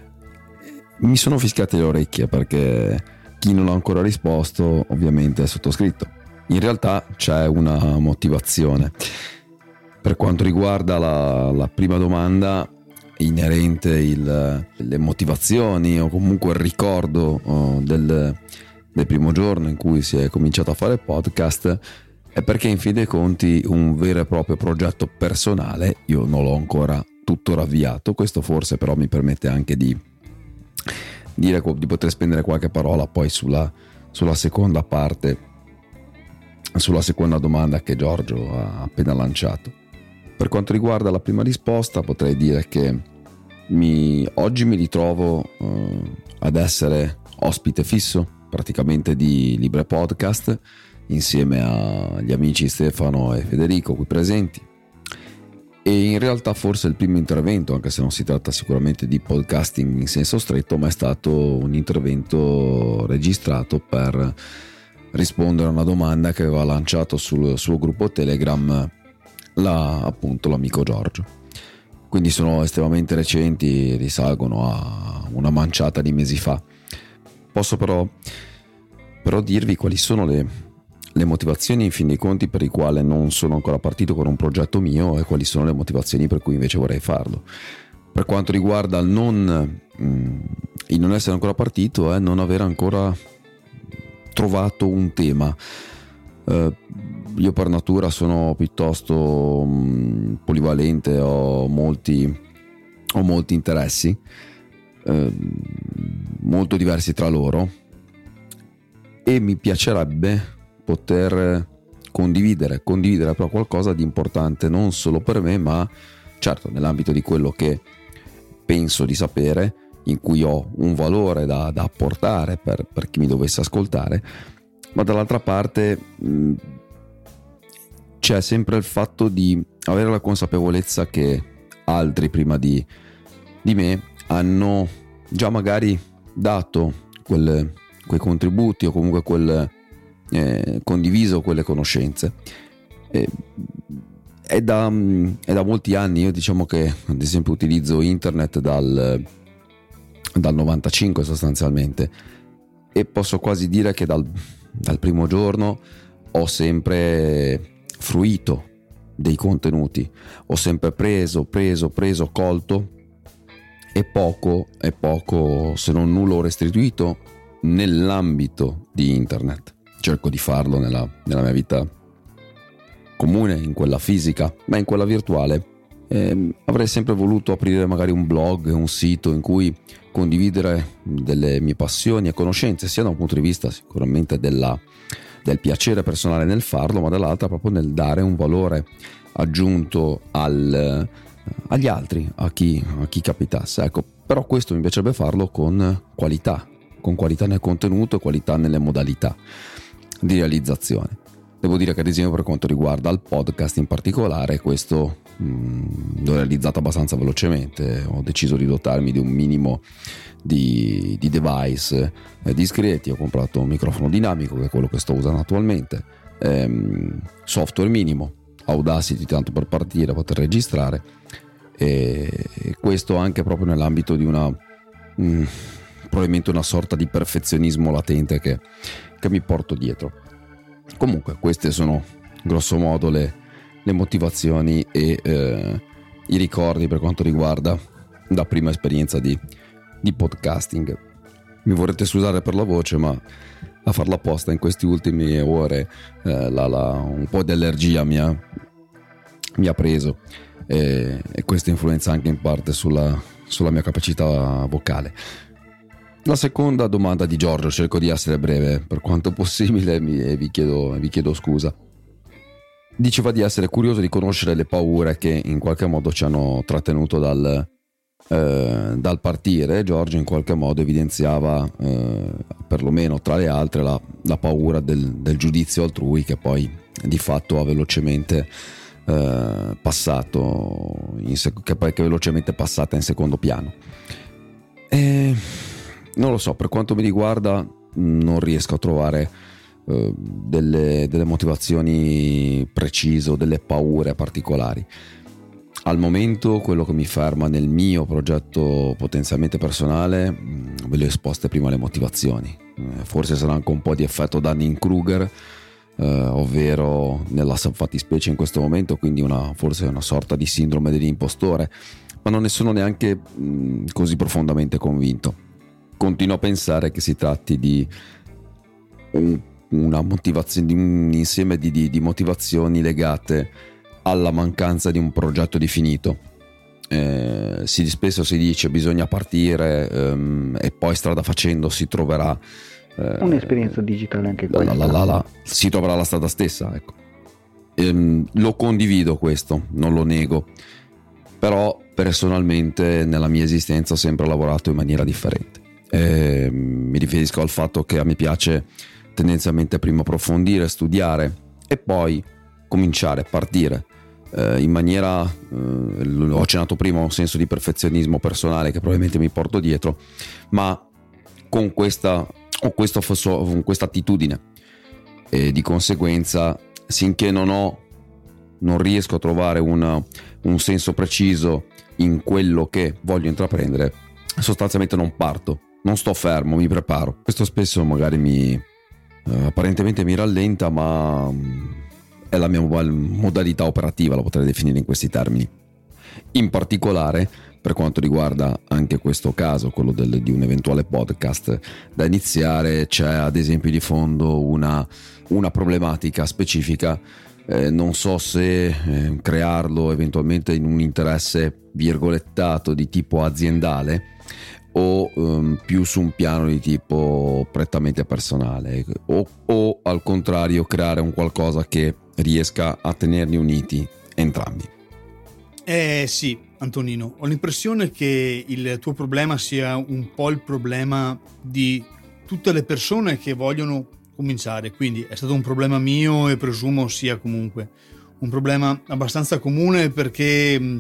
Mi sono fischiate le orecchie perché chi non ha ancora risposto ovviamente è sottoscritto. In realtà c'è una motivazione. Per quanto riguarda la, la prima domanda inerente il, le motivazioni o comunque il ricordo oh, del, del primo giorno in cui si è cominciato a fare podcast, è perché in fin dei conti un vero e proprio progetto personale io non l'ho ancora tuttora avviato. Questo forse però mi permette anche di dire, di poter spendere qualche parola poi sulla, sulla seconda parte, sulla seconda domanda che Giorgio ha appena lanciato. Per quanto riguarda la prima risposta, potrei dire che mi, oggi mi ritrovo eh, ad essere ospite fisso praticamente di Libre Podcast insieme agli amici Stefano e Federico qui presenti, e in realtà forse il primo intervento, anche se non si tratta sicuramente di podcasting in senso stretto, ma è stato un intervento registrato per rispondere a una domanda che aveva lanciato sul suo gruppo Telegram la, appunto l'amico Giorgio. Quindi sono estremamente recenti, risalgono a una manciata di mesi fa. Posso però, però dirvi quali sono le le motivazioni in fin dei conti per i quali non sono ancora partito con un progetto mio, e quali sono le motivazioni per cui invece vorrei farlo. Per quanto riguarda il non, mh, il non essere ancora partito, è non aver ancora trovato un tema. Uh, io per natura sono piuttosto mh, polivalente, ho molti, ho molti interessi, uh, molto diversi tra loro, e mi piacerebbe poter condividere, condividere però qualcosa di importante non solo per me, ma certo nell'ambito di quello che penso di sapere, in cui ho un valore da, da apportare per, per chi mi dovesse ascoltare, ma dall'altra parte mh, c'è sempre il fatto di avere la consapevolezza che altri prima di, di me hanno già magari dato quel, quei contributi o comunque quel Eh, condiviso quelle conoscenze. Eh, è, da, è da molti anni, io diciamo che ad esempio utilizzo internet dal, dal novantacinque sostanzialmente, e posso quasi dire che dal, dal primo giorno ho sempre fruito dei contenuti, ho sempre preso, preso, preso, colto, e poco, e poco se non nulla ho restituito nell'ambito di internet. Cerco di farlo nella, nella mia vita comune, in quella fisica, ma in quella virtuale eh, avrei sempre voluto aprire magari un blog, un sito in cui condividere delle mie passioni e conoscenze, sia da un punto di vista sicuramente della, del piacere personale nel farlo, ma dall'altra proprio nel dare un valore aggiunto al, agli altri, a chi, a chi capitasse. Ecco, però questo mi piacerebbe farlo con qualità, con qualità nel contenuto e qualità nelle modalità di realizzazione. Devo dire che ad esempio per quanto riguarda il podcast in particolare, questo mh, l'ho realizzato abbastanza velocemente. Ho deciso di dotarmi di un minimo di, di device eh, discreti, ho comprato un microfono dinamico che è quello che sto usando attualmente, ehm, software minimo, Audacity tanto per partire, poter registrare, e, e questo anche proprio nell'ambito di una mh, probabilmente una sorta di perfezionismo latente che che mi porto dietro. Comunque queste sono grosso modo le, le motivazioni e eh, i ricordi per quanto riguarda la prima esperienza di, di podcasting. Mi vorrete scusare per la voce, ma a farla apposta in queste ultime ore eh, la, la, un po' di allergia mi ha, mi ha preso, e, e questo influenza anche in parte sulla, sulla mia capacità vocale. La seconda domanda di Giorgio, cerco di essere breve per quanto possibile e vi chiedo, vi chiedo scusa. Diceva di essere curioso di conoscere le paure che in qualche modo ci hanno trattenuto dal, eh, dal partire. Giorgio in qualche modo evidenziava, eh, perlomeno tra le altre, la, la paura del, del giudizio altrui, che poi di fatto ha velocemente eh, passato in sec- che poi che è velocemente passata in secondo piano. E non lo so, per quanto mi riguarda non riesco a trovare uh, delle, delle motivazioni precise o delle paure particolari. Al momento quello che mi ferma nel mio progetto potenzialmente personale, mh, ve le ho esposte prima le motivazioni. Eh, forse sarà anche un po' di effetto Dunning-Kruger, eh, ovvero nella fattispecie in questo momento, quindi una, forse una sorta di sindrome dell'impostore, ma non ne sono neanche mh, così profondamente convinto. Continuo a pensare che si tratti di un, una motivazione, di un insieme di, di, di motivazioni legate alla mancanza di un progetto definito. Eh, si, spesso si dice bisogna partire ehm, e poi strada facendo si troverà eh,
un'esperienza digitale anche questa.
La, la, la, la, si troverà la strada stessa, ecco. Ehm, lo condivido questo, non lo nego. però personalmente nella mia esistenza ho sempre lavorato in maniera differente. E mi riferisco al fatto che a me piace tendenzialmente prima approfondire, studiare e poi cominciare, partire eh, in maniera, eh, ho accennato prima, un senso di perfezionismo personale che probabilmente mi porto dietro, ma con questa ho questo, con questa attitudine, e di conseguenza finché non ho non riesco a trovare una, un senso preciso in quello che voglio intraprendere, sostanzialmente non parto, non sto fermo, mi preparo. Questo spesso magari mi eh, apparentemente mi rallenta, ma è la mia modalità operativa, la potrei definire in questi termini. In particolare per quanto riguarda anche questo caso, quello del, di un eventuale podcast da iniziare, c'è ad esempio di fondo una, una problematica specifica. Eh, non so se eh, crearlo eventualmente in un interesse virgolettato di tipo aziendale o um, più su un piano di tipo prettamente personale, o, o al contrario creare un qualcosa che riesca a tenerli uniti entrambi.
Eh sì, Antonino, ho l'impressione che il tuo problema sia un po' il problema di tutte le persone che vogliono cominciare, quindi è stato un problema mio e presumo sia comunque un problema abbastanza comune, perché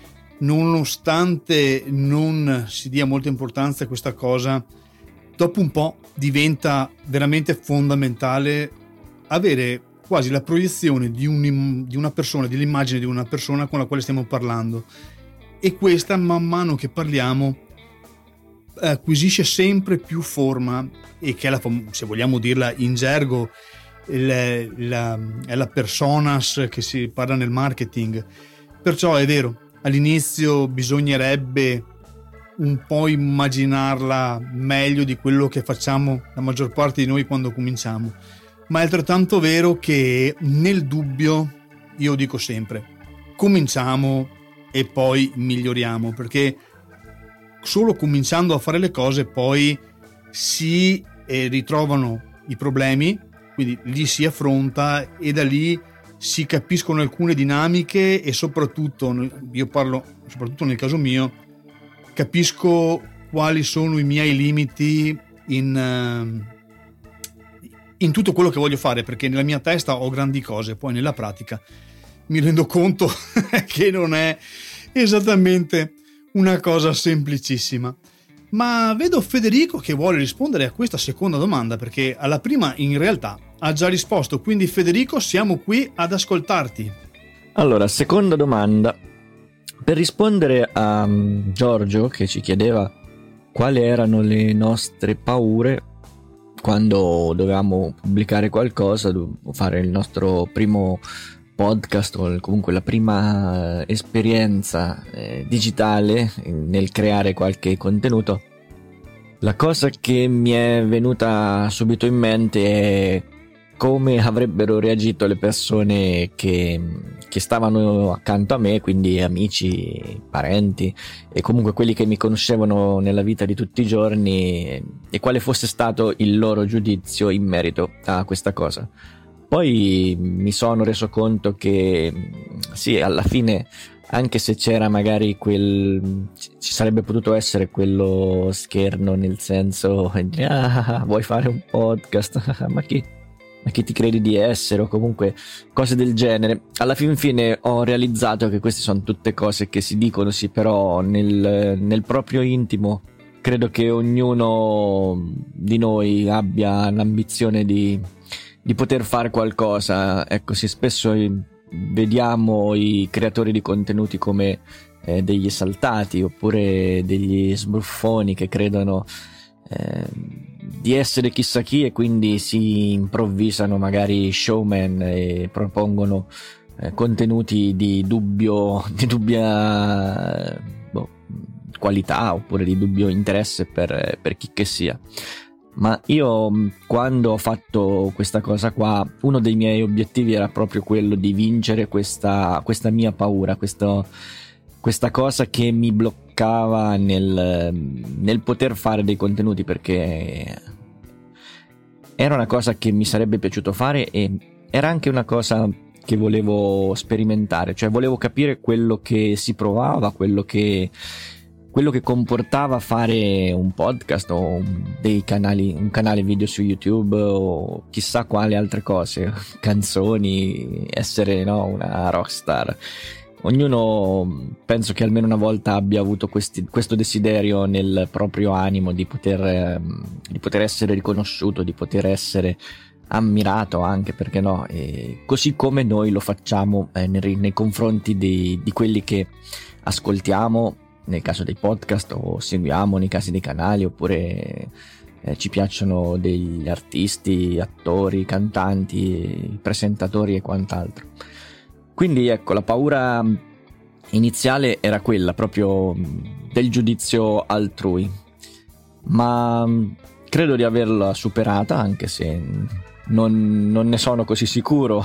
nonostante non si dia molta importanza a questa cosa, dopo un po' diventa veramente fondamentale avere quasi la proiezione di, un, di una persona, dell'immagine di una persona con la quale stiamo parlando, e questa man mano che parliamo acquisisce sempre più forma, e che è la, se vogliamo dirla in gergo, la, la, è la personas che si parla nel marketing. Perciò è vero, all'inizio bisognerebbe un po' immaginarla meglio di quello che facciamo la maggior parte di noi quando cominciamo, ma è altrettanto vero che nel dubbio io dico sempre cominciamo e poi miglioriamo, perché solo cominciando a fare le cose poi si eh, ritrovano i problemi, quindi li si affronta e da lì si capiscono alcune dinamiche, e soprattutto, io parlo soprattutto nel caso mio, capisco quali sono i miei limiti in, in tutto quello che voglio fare, perché nella mia testa ho grandi cose, poi nella pratica mi rendo conto che non è esattamente una cosa semplicissima. Ma vedo Federico che vuole rispondere a questa seconda domanda, perché alla prima in realtà ha già risposto, quindi Federico siamo qui ad ascoltarti.
Allora, seconda domanda. Per rispondere a um, Giorgio che ci chiedeva quali erano le nostre paure quando dovevamo pubblicare qualcosa, fare il nostro primo podcast o comunque la prima esperienza eh, digitale nel creare qualche contenuto, la cosa che mi è venuta subito in mente è come avrebbero reagito le persone che, che stavano accanto a me, quindi amici, parenti e comunque quelli che mi conoscevano nella vita di tutti i giorni, e quale fosse stato il loro giudizio in merito a questa cosa. Poi mi sono reso conto che sì, alla fine, anche se c'era magari quel, ci sarebbe potuto essere quello scherno, nel senso ah, vuoi fare un podcast, ma chi, ma chi ti credi di essere, o comunque cose del genere. Alla fin fine ho realizzato che queste sono tutte cose che si dicono, sì, però nel, nel proprio intimo credo che ognuno di noi abbia l'ambizione di di poter fare qualcosa. Ecco, sì, spesso vediamo i creatori di contenuti come eh, degli esaltati oppure degli sbruffoni che credono eh, di essere chissà chi, e quindi si improvvisano magari showman e propongono eh, contenuti di dubbio di dubbia boh, qualità oppure di dubbio interesse per, per chi che sia. Ma io, quando ho fatto questa cosa qua, uno dei miei obiettivi era proprio quello di vincere questa, questa mia paura, questo, questa cosa che mi bloccava nel, nel poter fare dei contenuti, perché era una cosa che mi sarebbe piaciuto fare e era anche una cosa che volevo sperimentare, cioè volevo capire quello che si provava, quello che quello che comportava fare un podcast o dei canali, un canale video su YouTube o chissà quale altre cose, canzoni, essere, no, una rockstar. Ognuno penso che almeno una volta abbia avuto questi, questo desiderio nel proprio animo di poter, di poter essere riconosciuto, di poter essere ammirato anche, perché no, e così come noi lo facciamo eh, nei, nei confronti di, di quelli che ascoltiamo nel caso dei podcast o seguiamo nei casi dei canali, oppure eh, ci piacciono degli artisti, attori, cantanti, presentatori e quant'altro. Quindi ecco, la paura iniziale era quella proprio del giudizio altrui, ma credo di averla superata, anche se non, non ne sono così sicuro,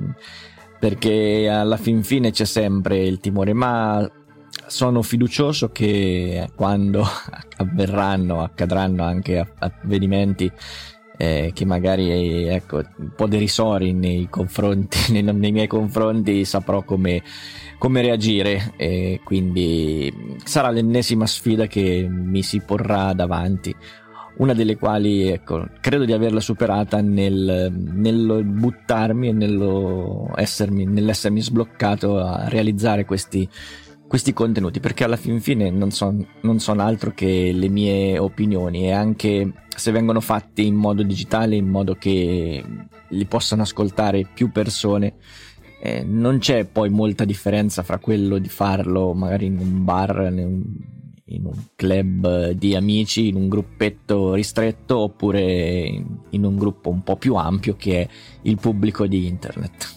perché alla fin fine c'è sempre il timore, ma sono fiducioso che quando avverranno, accadranno anche avvenimenti eh, che magari ecco un po' derisori nei confronti, nei, nei miei confronti, saprò come, come reagire, e quindi sarà l'ennesima sfida che mi si porrà davanti, una delle quali ecco credo di averla superata nel, nel buttarmi e nello essermi, nell'essermi sbloccato a realizzare questi questi contenuti, perché alla fin fine non sono non son altro che le mie opinioni, e anche se vengono fatti in modo digitale, in modo che li possano ascoltare più persone, eh, non c'è poi molta differenza fra quello di farlo magari in un bar, in un, in un club di amici, in un gruppetto ristretto, oppure in, in un gruppo un po' più ampio che è il pubblico di internet.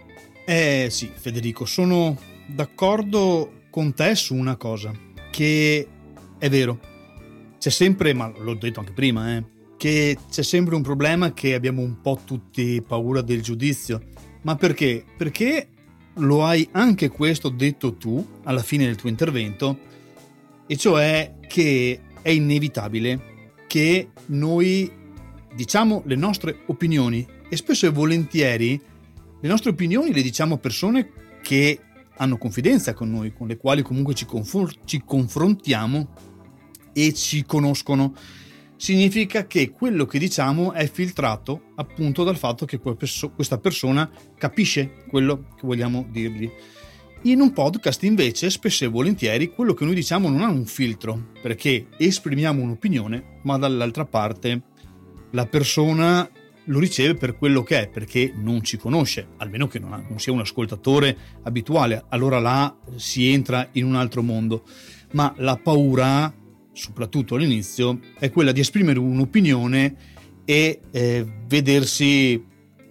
Eh sì, Federico, sono d'accordo con te su una cosa, che è vero, c'è sempre, ma l'ho detto anche prima, eh, che c'è sempre un problema, che abbiamo un po' tutti paura del giudizio. Ma perché? Perché lo hai anche questo detto tu alla fine del tuo intervento, e cioè che è inevitabile che noi diciamo le nostre opinioni, e spesso e volentieri le nostre opinioni le diciamo a persone che hanno confidenza con noi, con le quali comunque ci, confor- ci confrontiamo e ci conoscono. Significa che quello che diciamo è filtrato appunto dal fatto che questa persona capisce quello che vogliamo dirgli. In un podcast invece spesso e volentieri quello che noi diciamo non ha un filtro, perché esprimiamo un'opinione, ma dall'altra parte la persona lo riceve per quello che è, perché non ci conosce, almeno che non, ha, non sia un ascoltatore abituale, allora là si entra in un altro mondo. Ma la paura, soprattutto all'inizio, è quella di esprimere un'opinione e eh, vedersi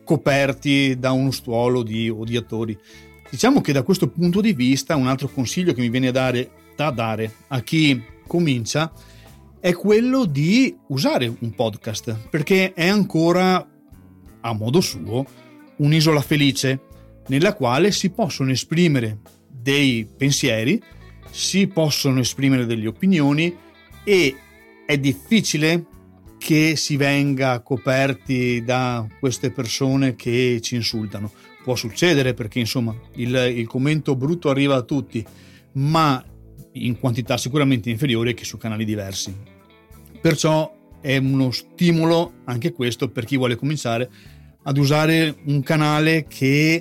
coperti da uno stuolo di odiatori. Diciamo che da questo punto di vista un altro consiglio che mi viene a dare, da dare a chi comincia è quello di usare un podcast, perché è ancora, a modo suo, un'isola felice nella quale si possono esprimere dei pensieri, si possono esprimere delle opinioni, e è difficile che si venga coperti da queste persone che ci insultano. Può succedere, perché insomma il, il commento brutto arriva a tutti, ma in quantità sicuramente inferiore che su canali diversi. Perciò è uno stimolo anche questo per chi vuole cominciare ad usare un canale che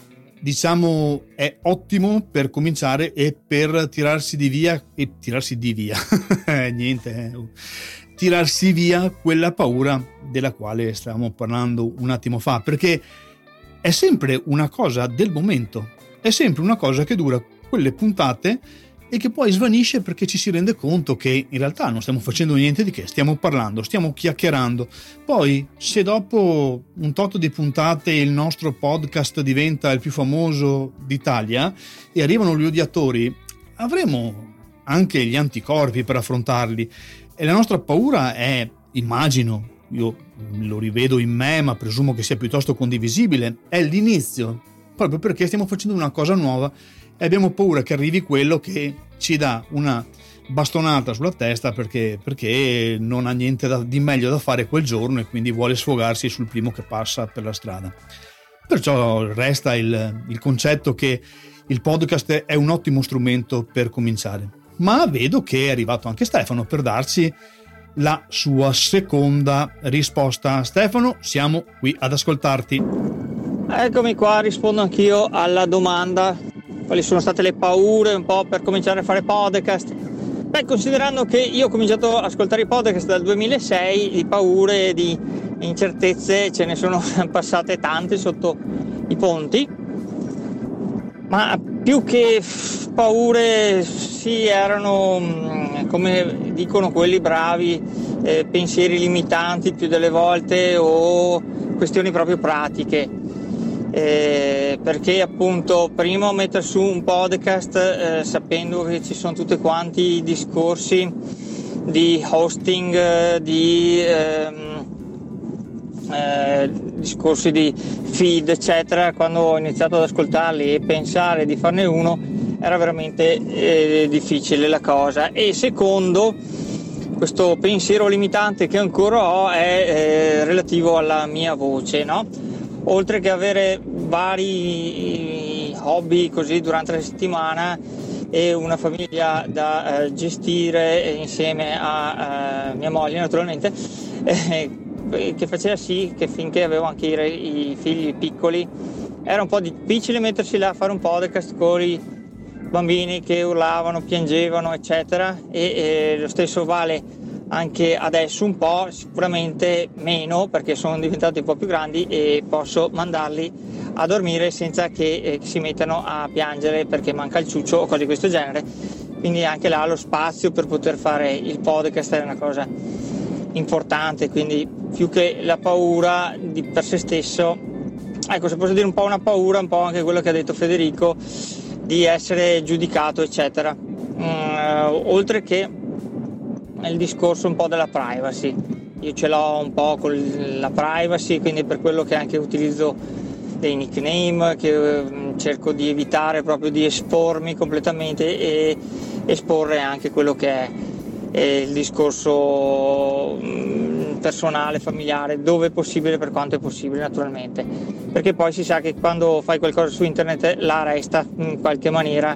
diciamo è ottimo per cominciare e per tirarsi di via e tirarsi di via niente eh. tirarsi via quella paura della quale stavamo parlando un attimo fa, perché è sempre una cosa del momento, è sempre una cosa che dura quelle puntate e che poi svanisce, perché ci si rende conto che in realtà non stiamo facendo niente di che, stiamo parlando, stiamo chiacchierando. Poi se dopo un tot di puntate il nostro podcast diventa il più famoso d'Italia e arrivano gli odiatori, avremo anche gli anticorpi per affrontarli, e la nostra paura è, immagino, io lo rivedo in me ma presumo che sia piuttosto condivisibile, è l'inizio, proprio perché stiamo facendo una cosa nuova e abbiamo paura che arrivi quello che ci dà una bastonata sulla testa perché, perché non ha niente da, di meglio da fare quel giorno e quindi vuole sfogarsi sul primo che passa per la strada. Perciò resta il, il concetto che il podcast è un ottimo strumento per cominciare. Ma vedo che è arrivato anche Stefano per darci la sua seconda risposta. Stefano, siamo qui ad ascoltarti.
Eccomi qua, rispondo anch'io alla domanda: quali sono state le paure un po' per cominciare a fare podcast? Beh, considerando che io ho cominciato ad ascoltare i podcast dal duemilasei, di paure, di incertezze ce ne sono passate tante sotto i ponti, ma più che paure sì, erano, come dicono quelli bravi, eh, pensieri limitanti più delle volte, o questioni proprio pratiche. Eh, perché appunto prima mettere su un podcast eh, sapendo che ci sono tutti quanti i discorsi di hosting, eh, di ehm, eh, discorsi di feed eccetera, quando ho iniziato ad ascoltarli e pensare di farne uno era veramente eh, difficile la cosa. E secondo, questo pensiero limitante che ancora ho è eh, relativo alla mia voce, no? Oltre che avere vari hobby così durante la settimana e una famiglia da eh, gestire insieme a eh, mia moglie naturalmente, eh, che faceva sì che finché avevo anche i, i figli piccoli era un po' difficile mettersi là a fare un podcast con i bambini che urlavano, piangevano eccetera, e, e lo stesso vale anche adesso, un po', sicuramente meno perché sono diventati un po' più grandi e posso mandarli a dormire senza che eh, si mettano a piangere perché manca il ciuccio o cose di questo genere. Quindi anche là lo spazio per poter fare il podcast è una cosa importante, quindi più che la paura di per se stesso, ecco, se posso dire un po' una paura, un po' anche quello che ha detto Federico, di essere giudicato eccetera, mm, oltre che il discorso un po' della privacy. Io ce l'ho un po' con la privacy, quindi per quello che anche utilizzo dei nickname, che cerco di evitare proprio di espormi completamente e esporre anche quello che è, è il discorso personale, familiare, dove è possibile, per quanto è possibile naturalmente, perché poi si sa che quando fai qualcosa su internet la resta in qualche maniera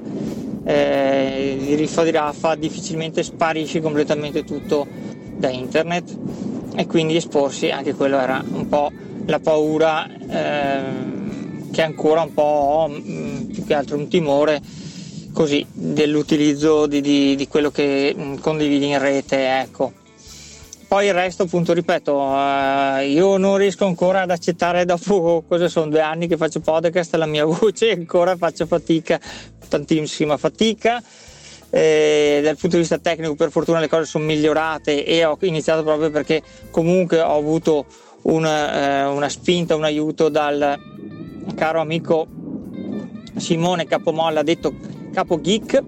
eh, di riffa di raffa, difficilmente sparisce completamente tutto da internet, e quindi esporsi, anche quello era un po' la paura eh, che ancora un po' ho, mh, più che altro un timore così dell'utilizzo di, di, di quello che mh, condividi in rete, ecco. Poi il resto, appunto, ripeto, eh, io non riesco ancora ad accettare, dopo cosa sono due anni che faccio podcast, la mia voce, ancora faccio fatica, tantissima fatica. Eh, dal punto di vista tecnico per fortuna le cose sono migliorate e ho iniziato proprio perché comunque ho avuto una, eh, una spinta, un aiuto dal caro amico Simone Capomolla, detto Capo Geek,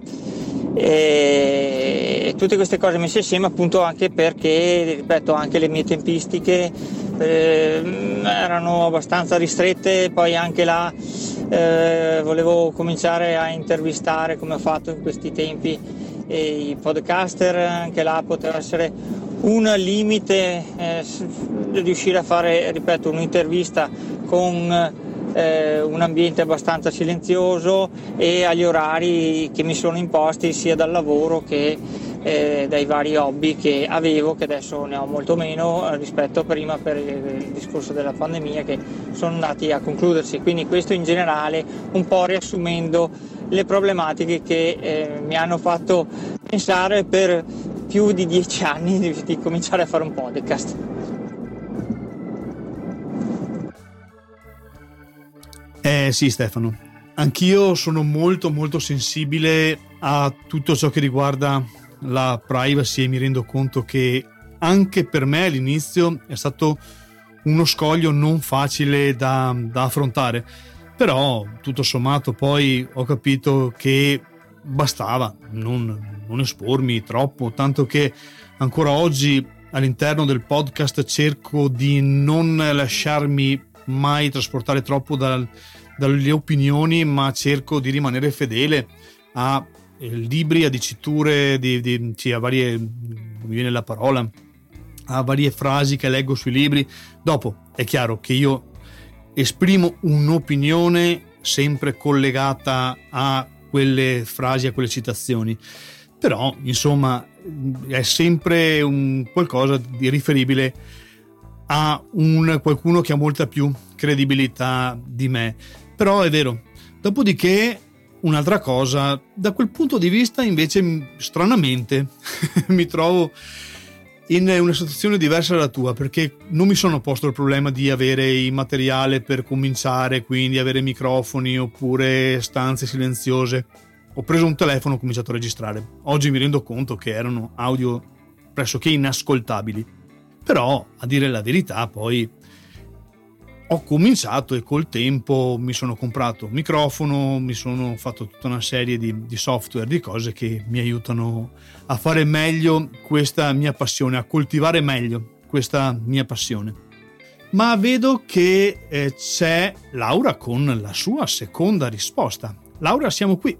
e tutte queste cose messe insieme, appunto, anche perché, ripeto, anche le mie tempistiche eh, erano abbastanza ristrette. Poi anche là eh, volevo cominciare a intervistare, come ho fatto in questi tempi, e i podcaster, anche là poteva essere un limite eh, riuscire a fare, ripeto, un'intervista con eh, un ambiente abbastanza silenzioso e agli orari che mi sono imposti sia dal lavoro che eh, dai vari hobby che avevo, che adesso ne ho molto meno rispetto a prima per il discorso della pandemia, che sono andati a concludersi. Quindi questo in generale, un po' riassumendo le problematiche che eh, mi hanno fatto pensare per più di dieci anni di, di cominciare a fare un podcast.
Eh sì, Stefano, anch'io sono molto molto sensibile a tutto ciò che riguarda la privacy e mi rendo conto che anche per me all'inizio è stato uno scoglio non facile da, da affrontare, però tutto sommato poi ho capito che bastava non, non espormi troppo, tanto che ancora oggi all'interno del podcast cerco di non lasciarmi mai trasportare troppo dal, dalle opinioni, ma cerco di rimanere fedele a eh, libri, a diciture, di, di, sì, a varie, non mi viene la parola, a varie frasi che leggo sui libri. Dopo è chiaro che io esprimo un'opinione sempre collegata a quelle frasi, a quelle citazioni, però insomma è sempre un qualcosa di riferibile a un qualcuno che ha molta più credibilità di me. Però è vero, dopodiché un'altra cosa, da quel punto di vista invece stranamente mi trovo in una situazione diversa dalla tua, perché non mi sono posto il problema di avere il materiale per cominciare, quindi avere microfoni oppure stanze silenziose. Ho preso un telefono e ho cominciato a registrare. Oggi mi rendo conto che erano audio pressoché inascoltabili, però a dire la verità poi ho cominciato e col tempo mi sono comprato un microfono, mi sono fatto tutta una serie di, di software, di cose che mi aiutano a fare meglio questa mia passione, a coltivare meglio questa mia passione. Ma vedo che eh, c'è Laura con la sua seconda risposta. Laura, siamo qui.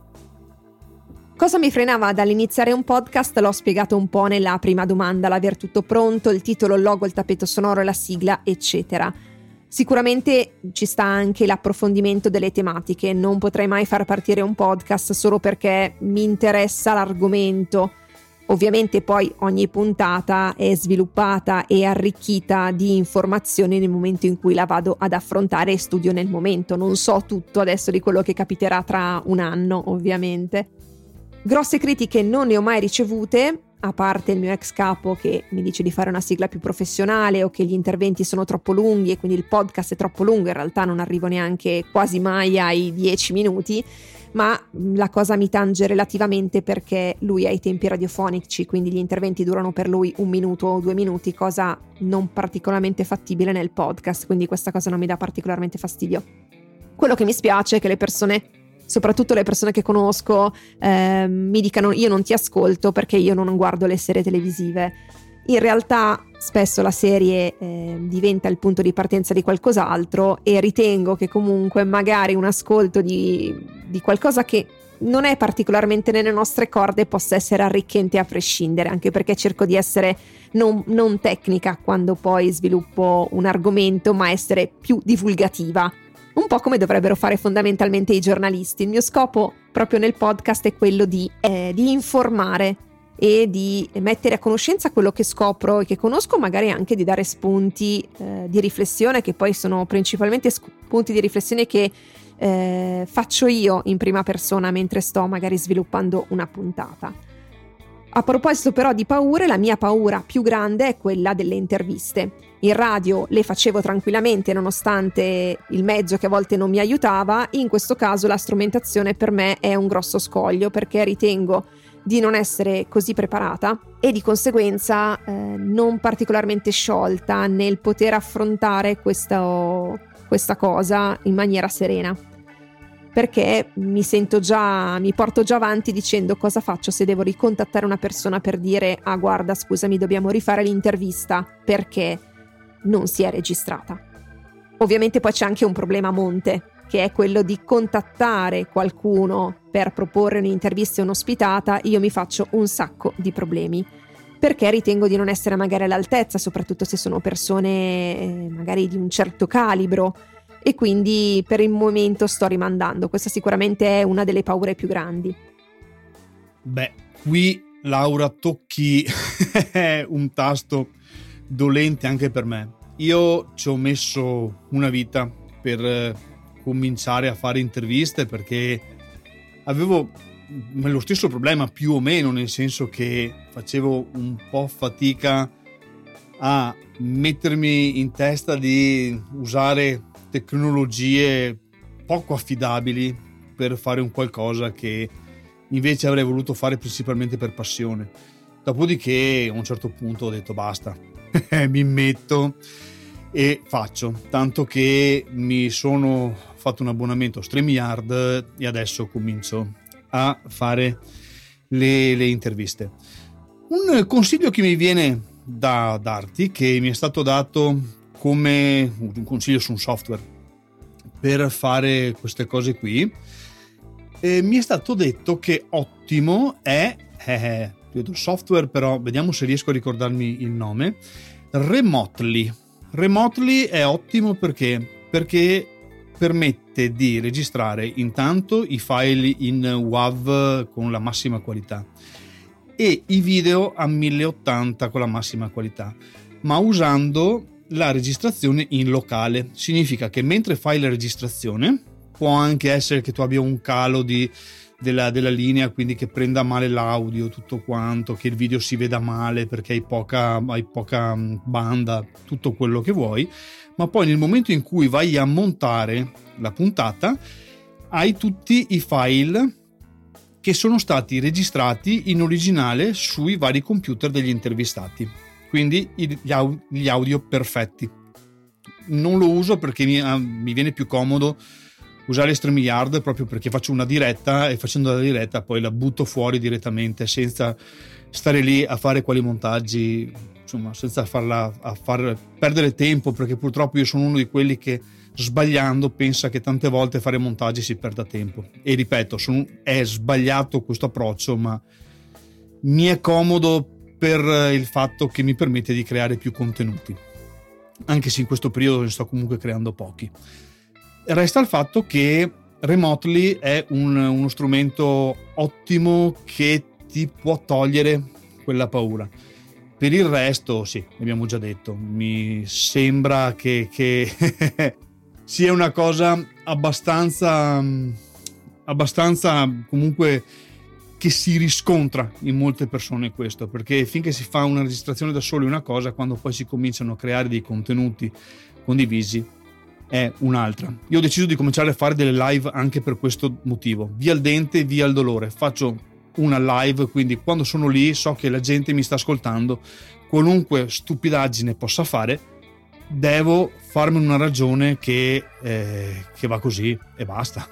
Cosa mi frenava dall'iniziare un podcast l'ho spiegato un po' nella prima domanda, l'aver tutto pronto, il titolo, il logo, il tappeto sonoro, la sigla, eccetera. Sicuramente ci sta anche l'approfondimento delle tematiche, non potrei mai far partire un podcast solo perché mi interessa l'argomento. Ovviamente poi ogni puntata è sviluppata e arricchita di informazioni nel momento in cui la vado ad affrontare e studio nel momento. Non so tutto adesso di quello che capiterà tra un anno, ovviamente. Grosse critiche non ne ho mai ricevute, a parte il mio ex capo che mi dice di fare una sigla più professionale o che gli interventi sono troppo lunghi e quindi il podcast è troppo lungo. In realtà non arrivo neanche quasi mai ai dieci minuti, ma la cosa mi tange relativamente perché lui ha i tempi radiofonici, quindi gli interventi durano per lui un minuto o due minuti, cosa non particolarmente fattibile nel podcast, quindi questa cosa non mi dà particolarmente fastidio. Quello che mi spiace è che le persone, soprattutto le persone che conosco, eh, mi dicano io non ti ascolto perché io non guardo le serie televisive. In realtà spesso la serie eh, diventa il punto di partenza di qualcos'altro e ritengo che comunque magari un ascolto di, di qualcosa che non è particolarmente nelle nostre corde possa essere arricchente a prescindere, anche perché cerco di essere non, non tecnica quando poi sviluppo un argomento, ma essere più divulgativa. Un po' come dovrebbero fare fondamentalmente i giornalisti. Il mio scopo proprio nel podcast è quello di, eh, di informare e di mettere a conoscenza quello che scopro e che conosco, magari anche di dare spunti eh, di riflessione, che poi sono principalmente spunti di riflessione che eh, faccio io in prima persona mentre sto magari sviluppando una puntata. A proposito però di paure, la mia paura più grande è quella delle interviste. In radio le facevo tranquillamente nonostante il mezzo che a volte non mi aiutava. In questo caso la strumentazione per me è un grosso scoglio perché ritengo di non essere così preparata e di conseguenza eh, non particolarmente sciolta nel poter affrontare questa, questa cosa in maniera serena, perché mi sento già, mi porto già avanti dicendo cosa faccio se devo ricontattare una persona per dire ah guarda scusami dobbiamo rifare l'intervista perché non si è registrata. Ovviamente poi c'è anche un problema a monte, che è quello di contattare qualcuno per proporre un'intervista e un'ospitata. Io mi faccio un sacco di problemi perché ritengo di non essere magari all'altezza, soprattutto se sono persone eh, magari di un certo calibro, e quindi per il momento sto rimandando. Questa sicuramente è una delle paure più grandi.
Beh, qui Laura tocchi un tasto dolente anche per me. Io ci ho messo una vita per cominciare a fare interviste perché avevo lo stesso problema più o meno, nel senso che facevo un po' fatica a mettermi in testa di usare tecnologie poco affidabili per fare un qualcosa che invece avrei voluto fare principalmente per passione. Dopodiché a un certo punto ho detto basta, mi metto e faccio, tanto che mi sono fatto un abbonamento a StreamYard e adesso comincio a fare le, le interviste. Un consiglio che mi viene da darti, che mi è stato dato come un consiglio su un software per fare queste cose qui, e mi è stato detto che ottimo è eh, vedo il software, però vediamo se riesco a ricordarmi il nome. Remotely Remotely è ottimo perché perché permette di registrare intanto i file in WAV con la massima qualità e i video a mille ottanta con la massima qualità, ma usando la registrazione in locale. Significa che mentre fai la registrazione, può anche essere che tu abbia un calo di, della, della linea, quindi che prenda male l'audio, tutto quanto, che il video si veda male perché hai poca, hai poca banda, tutto quello che vuoi, ma poi nel momento in cui vai a montare la puntata hai tutti i file che sono stati registrati in originale sui vari computer degli intervistati, quindi gli audio perfetti. Non lo uso perché mi, mi viene più comodo usare StreamYard, proprio perché faccio una diretta e facendo la diretta poi la butto fuori direttamente senza stare lì a fare quali montaggi, insomma, senza farla a far perdere tempo, perché purtroppo io sono uno di quelli che sbagliando pensa che tante volte fare montaggi si perda tempo, e ripeto, sono, è sbagliato questo approccio, ma mi è comodo per il fatto che mi permette di creare più contenuti, anche se in questo periodo ne sto comunque creando pochi. Resta il fatto che Remotely è un, uno strumento ottimo che ti può togliere quella paura. Per il resto, sì, abbiamo già detto, mi sembra che, che sia una cosa abbastanza, abbastanza comunque che si riscontra in molte persone questo, perché finché si fa una registrazione da soli una cosa, quando poi si cominciano a creare dei contenuti condivisi è un'altra. Io ho deciso di cominciare a fare delle live anche per questo motivo, via il dente, via il dolore. Faccio una live, quindi quando sono lì so che la gente mi sta ascoltando, qualunque stupidaggine possa fare, devo farmi una ragione che, eh, che va così e basta.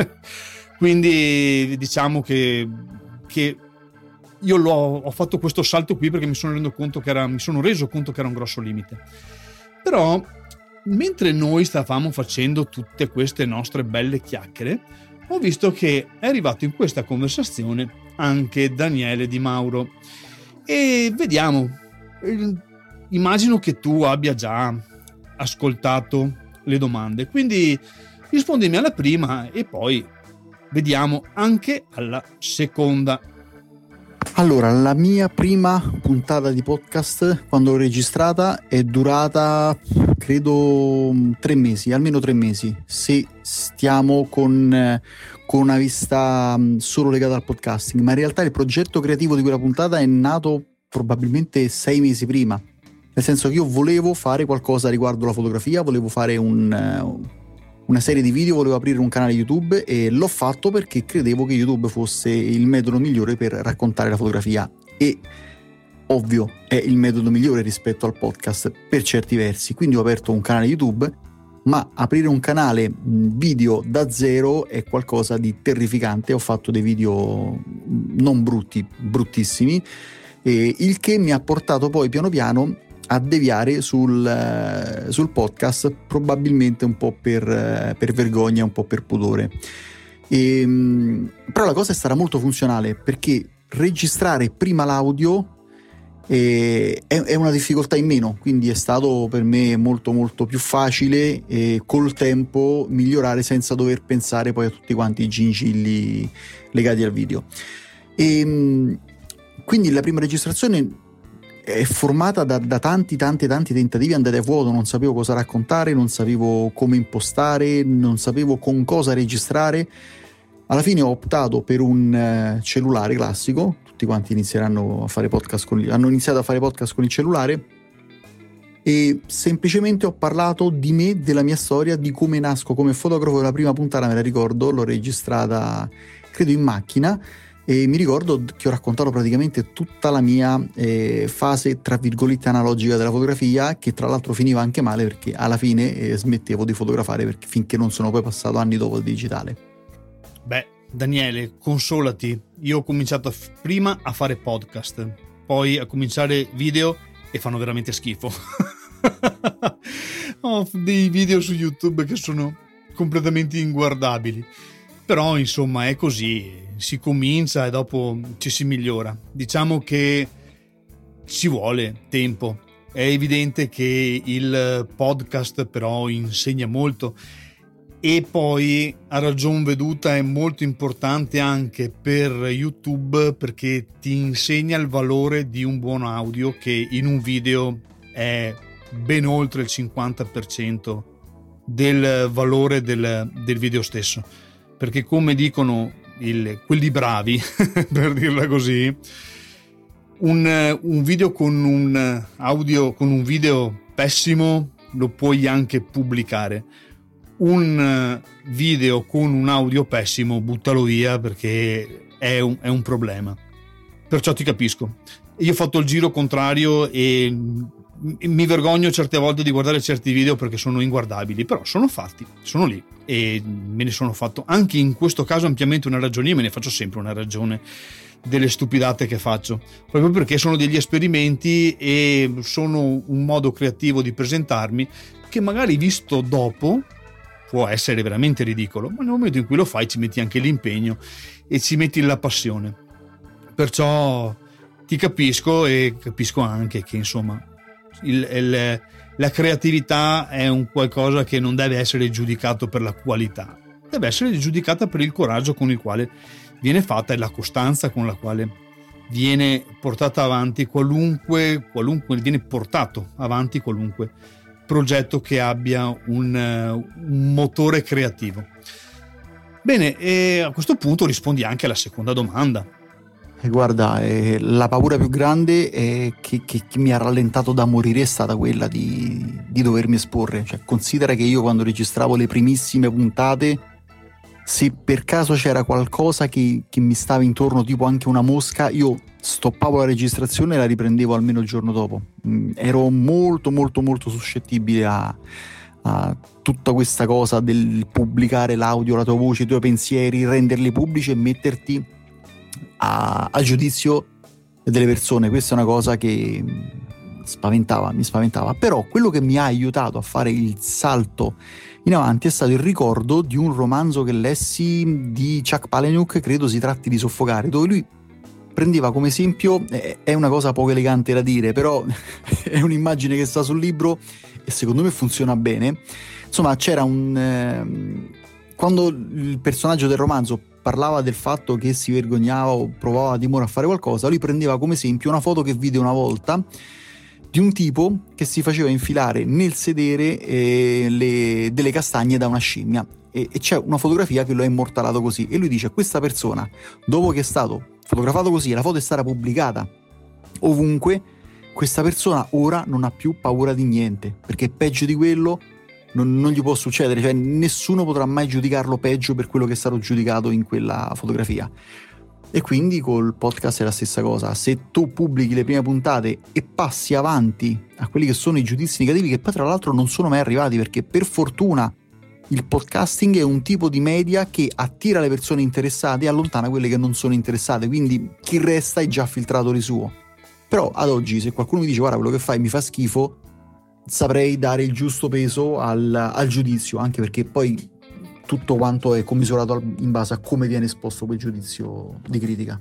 Quindi diciamo che, che io l'ho, ho fatto questo salto qui perché mi sono reso conto che era, mi sono reso conto che era un grosso limite. Però mentre noi stavamo facendo tutte queste nostre belle chiacchiere, ho visto che è arrivato in questa conversazione anche Daniele Di Mauro, e vediamo, immagino che tu abbia già ascoltato le domande, quindi rispondimi alla prima e poi vediamo anche alla seconda.
Allora, la mia prima puntata di podcast, quando l'ho registrata, è durata credo tre mesi, almeno tre mesi, se stiamo con, con una vista solo legata al podcasting, ma in realtà il progetto creativo di quella puntata è nato probabilmente sei mesi prima, nel senso che io volevo fare qualcosa riguardo la fotografia, volevo fare un... una serie di video, volevo aprire un canale YouTube e l'ho fatto perché credevo che YouTube fosse il metodo migliore per raccontare la fotografia, e ovvio è il metodo migliore rispetto al podcast per certi versi. Quindi ho aperto un canale YouTube, ma aprire un canale video da zero è qualcosa di terrificante. Ho fatto dei video non brutti, bruttissimi, e il che mi ha portato poi piano piano a deviare sul, sul podcast, probabilmente un po' per, per vergogna, un po' per pudore. E, però la cosa è stata molto funzionale, perché registrare prima l'audio è, è una difficoltà in meno, quindi è stato per me molto molto più facile e col tempo migliorare senza dover pensare poi a tutti quanti i gingilli legati al video. E quindi la prima registrazione è formata da, da tanti tanti tanti tentativi andati a vuoto. Non sapevo cosa raccontare, non sapevo come impostare, non sapevo con cosa registrare. Alla fine ho optato per un cellulare classico. Tutti quanti inizieranno a fare podcast con, hanno iniziato a fare podcast con il cellulare, e semplicemente ho parlato di me, della mia storia, di come nasco come fotografo. La prima puntata me la ricordo, l'ho registrata credo in macchina, e mi ricordo che ho raccontato praticamente tutta la mia eh, fase tra virgolette analogica della fotografia, che tra l'altro finiva anche male perché alla fine eh, smettevo di fotografare perché, finché non sono poi passato anni dopo il digitale.
Beh, Daniele, consolati. Io ho cominciato f- prima a fare podcast, poi a cominciare video, e fanno veramente schifo. Ho dei video su YouTube che sono completamente inguardabili. Però insomma è così, si comincia e dopo ci si migliora. Diciamo che ci vuole tempo è evidente che il podcast però insegna molto, e poi a ragion veduta è molto importante anche per YouTube, perché ti insegna il valore di un buon audio, che in un video è ben oltre il cinquanta per cento del valore del, del video stesso, perché come dicono il, quelli bravi per dirla così, un, un video con un audio con un video pessimo lo puoi anche pubblicare, un video con un audio pessimo buttalo via, perché è un, è un problema. Perciò ti capisco. Io ho fatto il giro contrario e mi vergogno certe volte di guardare certi video perché sono inguardabili, però sono fatti, sono lì e me ne sono fatto anche in questo caso ampiamente una ragione. Io me ne faccio sempre una ragione delle stupidate che faccio, proprio perché sono degli esperimenti e sono un modo creativo di presentarmi che magari visto dopo può essere veramente ridicolo, ma nel momento in cui lo fai ci metti anche l'impegno e ci metti la passione. Perciò ti capisco e capisco anche che insomma il, il, la creatività è un qualcosa che non deve essere giudicato per la qualità, deve essere giudicata per il coraggio con il quale viene fatta e la costanza con la quale viene portata avanti qualunque, qualunque viene portato avanti qualunque progetto che abbia un, un motore creativo. Bene, e a questo punto rispondi anche alla seconda domanda.
E guarda, eh, la paura più grande è che, che, che mi ha rallentato da morire è stata quella di, di dovermi esporre. Cioè, considera che io quando registravo le primissime puntate, se per caso c'era qualcosa che, che mi stava intorno, tipo anche una mosca, io stoppavo la registrazione e la riprendevo almeno il giorno dopo. Mm, ero molto molto molto suscettibile a, a tutta questa cosa del pubblicare l'audio, la tua voce, i tuoi pensieri, renderli pubblici e metterti a, a giudizio delle persone. Questa è una cosa che spaventava, mi spaventava. Però quello che mi ha aiutato a fare il salto in avanti è stato il ricordo di un romanzo che lessi di Chuck Palahniuk, credo si tratti di Soffocare, dove lui prendeva come esempio, è una cosa poco elegante da dire, però è un'immagine che sta sul libro e secondo me funziona bene. Insomma, c'era un eh, quando il personaggio del romanzo parlava del fatto che si vergognava o provava timore a fare qualcosa, lui prendeva come esempio una foto che vide una volta di un tipo che si faceva infilare nel sedere eh, le, delle castagne da una scimmia, e, e c'è una fotografia che lo ha immortalato così, e lui dice: questa persona, dopo che è stato fotografato così e la foto è stata pubblicata ovunque, questa persona ora non ha più paura di niente, perché peggio di quello non, non gli può succedere, cioè nessuno potrà mai giudicarlo peggio per quello che è stato giudicato in quella fotografia. E quindi col podcast è la stessa cosa. Se tu pubblichi le prime puntate e passi avanti a quelli che sono i giudizi negativi, che poi tra l'altro non sono mai arrivati, perché per fortuna il podcasting è un tipo di media che attira le persone interessate e allontana quelle che non sono interessate, quindi chi resta è già filtrato di suo. Però ad oggi se qualcuno mi dice guarda quello che fai mi fa schifo, saprei dare il giusto peso al, al giudizio, anche perché poi tutto quanto è commisurato in base a come viene esposto quel giudizio di critica.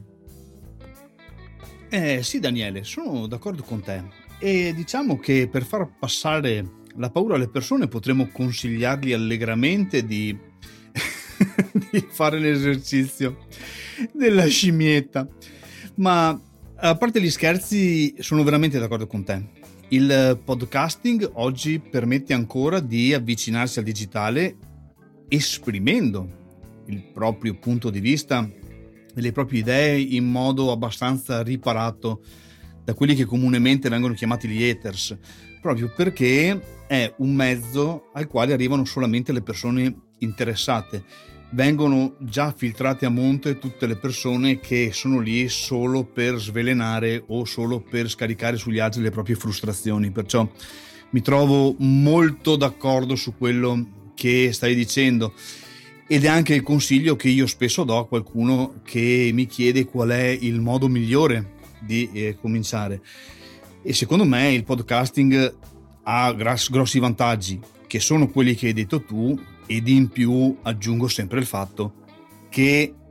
Eh sì Daniele, sono d'accordo con te, e diciamo che per far passare la paura alle persone potremmo consigliargli allegramente di, di fare l'esercizio della scimmietta. Ma a parte gli scherzi, sono veramente d'accordo con te. Il podcasting oggi permette ancora di avvicinarsi al digitale esprimendo il proprio punto di vista e le proprie idee in modo abbastanza riparato da quelli che comunemente vengono chiamati gli haters, proprio perché è un mezzo al quale arrivano solamente le persone interessate. Vengono già filtrate a monte tutte le persone che sono lì solo per svelenare o solo per scaricare sugli altri le proprie frustrazioni. Perciò mi trovo molto d'accordo su quello che stai dicendo, ed è anche il consiglio che io spesso do a qualcuno che mi chiede qual è il modo migliore di eh, cominciare. E secondo me il podcasting ha gras- grossi vantaggi, che sono quelli che hai detto tu, ed in più aggiungo sempre il fatto che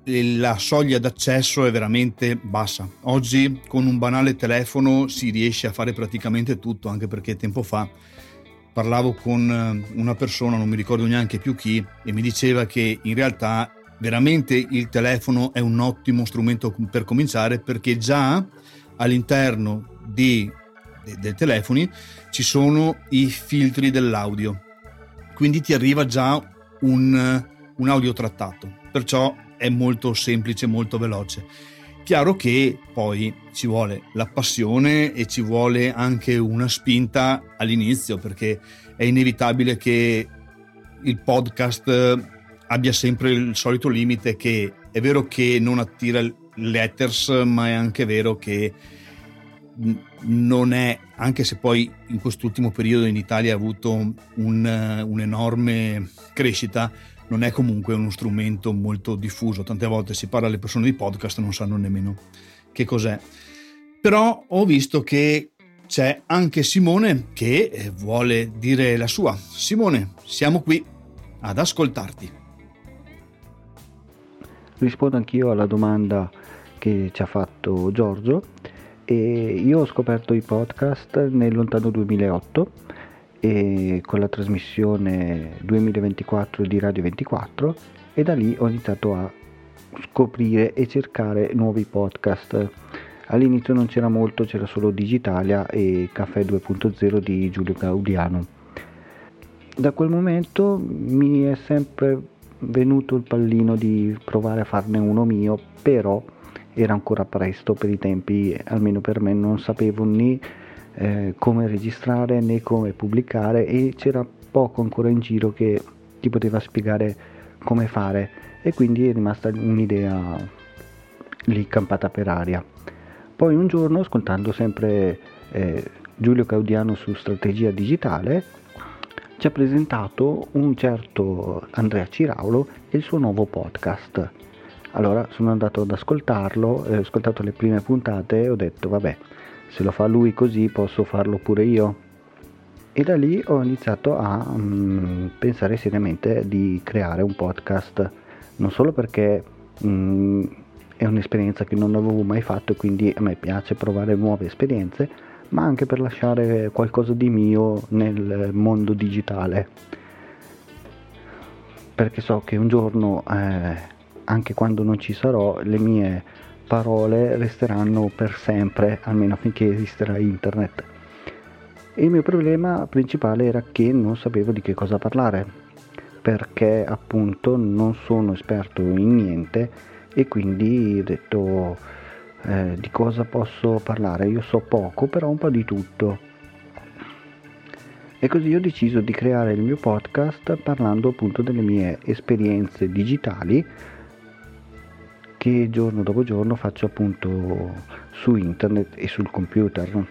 la soglia d'accesso è veramente bassa. Oggi con un banale telefono si riesce a fare praticamente tutto, anche perché tempo fa parlavo con una persona, non mi ricordo neanche più chi, e mi diceva che in realtà veramente il telefono è un ottimo strumento per cominciare, perché già all'interno di, de, dei telefoni ci sono i filtri dell'audio, quindi ti arriva già un, un audio trattato, perciò è molto semplice, molto veloce. Chiaro che poi ci vuole la passione e ci vuole anche una spinta all'inizio, perché è inevitabile che il podcast abbia sempre il solito limite, che è vero che non attira le haters, ma è anche vero che non è, anche se poi in quest'ultimo periodo in Italia ha avuto un, un'enorme crescita, non è comunque uno strumento molto diffuso. Tante volte si parla alle persone di podcast e non sanno nemmeno che cos'è. Però ho visto che c'è anche Simone che vuole dire la sua. Simone, siamo qui ad ascoltarti.
Rispondo anch'io alla domanda che ci ha fatto Giorgio. E io ho scoperto i podcast nel lontano duemilaotto, e con la trasmissione duemilaventiquattro di Radio ventiquattro, e da lì ho iniziato a scoprire e cercare nuovi podcast. All'inizio non c'era molto, c'era solo Digitalia e Caffè due punto zero di Giulio Gaudiano. Da quel momento mi è sempre venuto il pallino di provare a farne uno mio, però era ancora presto per i tempi, almeno per me. Non sapevo né eh, come registrare né come pubblicare, e c'era poco ancora in giro che ti poteva spiegare come fare, e quindi è rimasta un'idea lì campata per aria. Poi un giorno, ascoltando sempre eh, Giulio Gaudiano su Strategia Digitale, ci ha presentato un certo Andrea Ciraulo e il suo nuovo podcast. Allora sono andato ad ascoltarlo, ho ascoltato le prime puntate e ho detto vabbè, se lo fa lui così posso farlo pure io. E da lì ho iniziato a um, pensare seriamente di creare un podcast, non solo perché um, è un'esperienza che non avevo mai fatto e quindi a me piace provare nuove esperienze, ma anche per lasciare qualcosa di mio nel mondo digitale, perché so che un giorno, eh, anche quando non ci sarò, le mie parole resteranno per sempre, almeno finché esisterà internet. E il mio problema principale era che non sapevo di che cosa parlare, perché appunto non sono esperto in niente, e quindi ho detto eh, di cosa posso parlare? Io so poco, però un po' di tutto. E così ho deciso di creare il mio podcast parlando appunto delle mie esperienze digitali che giorno dopo giorno faccio appunto su internet e sul computer.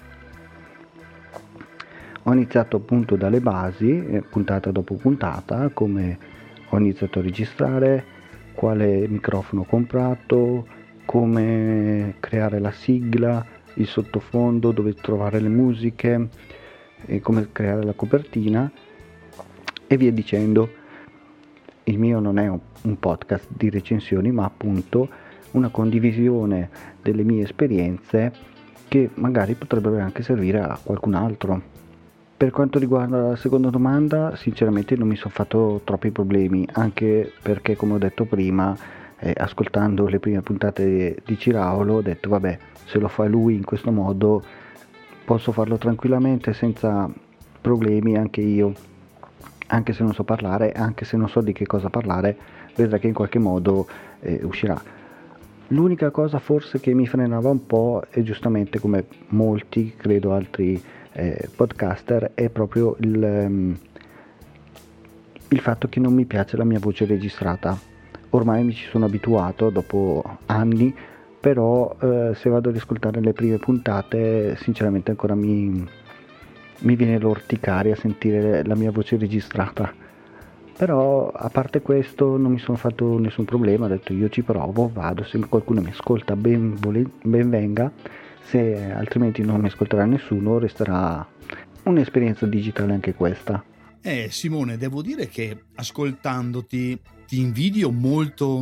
Ho iniziato appunto dalle basi, puntata dopo puntata, come ho iniziato a registrare, quale microfono ho comprato, come creare la sigla, il sottofondo, dove trovare le musiche, e come creare la copertina e via dicendo. Il mio non è un podcast di recensioni, ma appunto una condivisione delle mie esperienze che magari potrebbero anche servire a qualcun altro. Per quanto riguarda la seconda domanda, sinceramente non mi sono fatto troppi problemi, anche perché, come ho detto prima, eh, ascoltando le prime puntate di Ciraulo, ho detto vabbè, se lo fa lui in questo modo posso farlo tranquillamente senza problemi anche io, anche se non so parlare, anche se non so di che cosa parlare, vedrà che in qualche modo eh, uscirà. L'unica cosa forse che mi frenava un po', e giustamente come molti, credo altri eh, podcaster, è proprio il, um, il fatto che non mi piace la mia voce registrata. Ormai mi ci sono abituato dopo anni, però eh, se vado ad ascoltare le prime puntate sinceramente ancora mi, mi viene l'orticaria a sentire la mia voce registrata. Però a parte questo non mi sono fatto nessun problema, ho detto io ci provo, vado, se qualcuno mi ascolta ben, vole, ben venga, se altrimenti non mi ascolterà nessuno, resterà un'esperienza digitale anche questa.
Eh Simone, devo dire che ascoltandoti ti invidio molto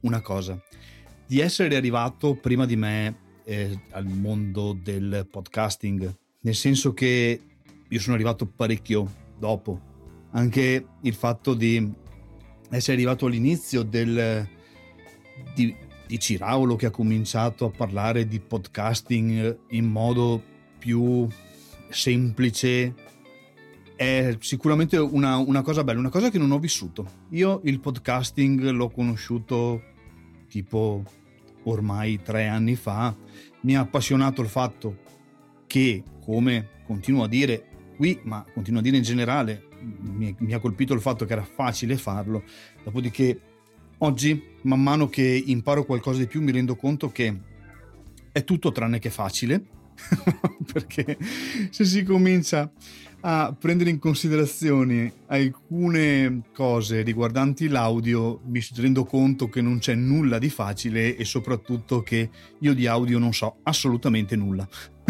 una cosa, di essere arrivato prima di me eh, al mondo del podcasting, nel senso che io sono arrivato parecchio dopo. Anche il fatto di essere arrivato all'inizio del di, di Ciraulo, che ha cominciato a parlare di podcasting in modo più semplice, è sicuramente una, una cosa bella, una cosa che non ho vissuto. Io il podcasting l'ho conosciuto tipo ormai tre anni fa. Mi ha appassionato il fatto che, come continuo a dire qui, ma continuo a dire in generale, mi, mi ha colpito il fatto che era facile farlo. Dopodiché oggi, man mano che imparo qualcosa di più, mi rendo conto che è tutto tranne che facile, perché se si comincia a prendere in considerazione alcune cose riguardanti l'audio, mi rendo conto che non c'è nulla di facile, e soprattutto che io di audio non so assolutamente nulla.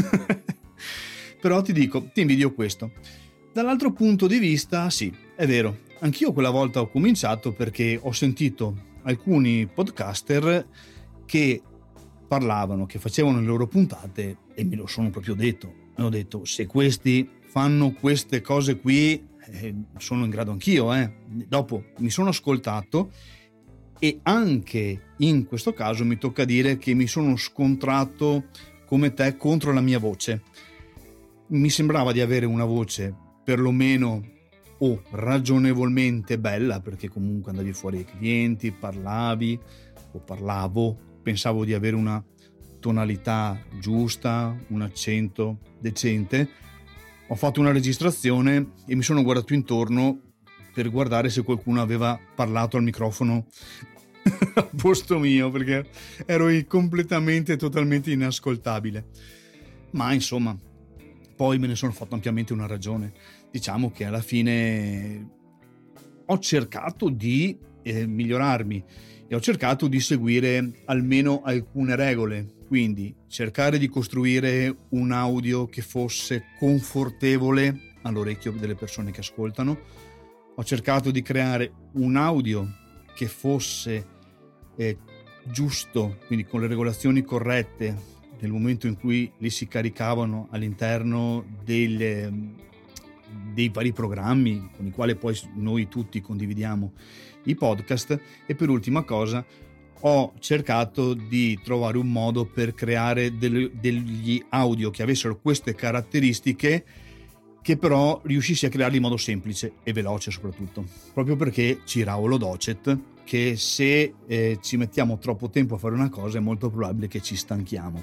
Però ti dico, ti invidio questo. Dall'altro punto di vista, sì, è vero, anch'io quella volta ho cominciato perché ho sentito alcuni podcaster che parlavano, che facevano le loro puntate, e me lo sono proprio detto. E ho detto, se questi fanno queste cose qui, eh, sono in grado anch'io. Eh. Dopo mi sono ascoltato, e anche in questo caso mi tocca dire che mi sono scontrato come te contro la mia voce. Mi sembrava di avere una voce perlomeno o ragionevolmente bella, perché comunque andavi fuori ai clienti, parlavi o parlavo, pensavo di avere una tonalità giusta, un accento decente. Ho fatto una registrazione e mi sono guardato intorno per guardare se qualcuno aveva parlato al microfono a posto mio, perché ero completamente, totalmente inascoltabile. Ma insomma, poi me ne sono fatto ampiamente una ragione. Diciamo che alla fine ho cercato di eh, migliorarmi, e ho cercato di seguire almeno alcune regole, quindi cercare di costruire un audio che fosse confortevole all'orecchio delle persone che ascoltano. Ho cercato di creare un audio che fosse eh, giusto, quindi con le regolazioni corrette nel momento in cui li si caricavano all'interno delle, dei vari programmi con i quali poi noi tutti condividiamo i podcast. E per ultima cosa ho cercato di trovare un modo per creare del, degli audio che avessero queste caratteristiche, che però riuscissi a crearli in modo semplice e veloce, soprattutto proprio perché Ciraulo docet che se eh, ci mettiamo troppo tempo a fare una cosa è molto probabile che ci stanchiamo.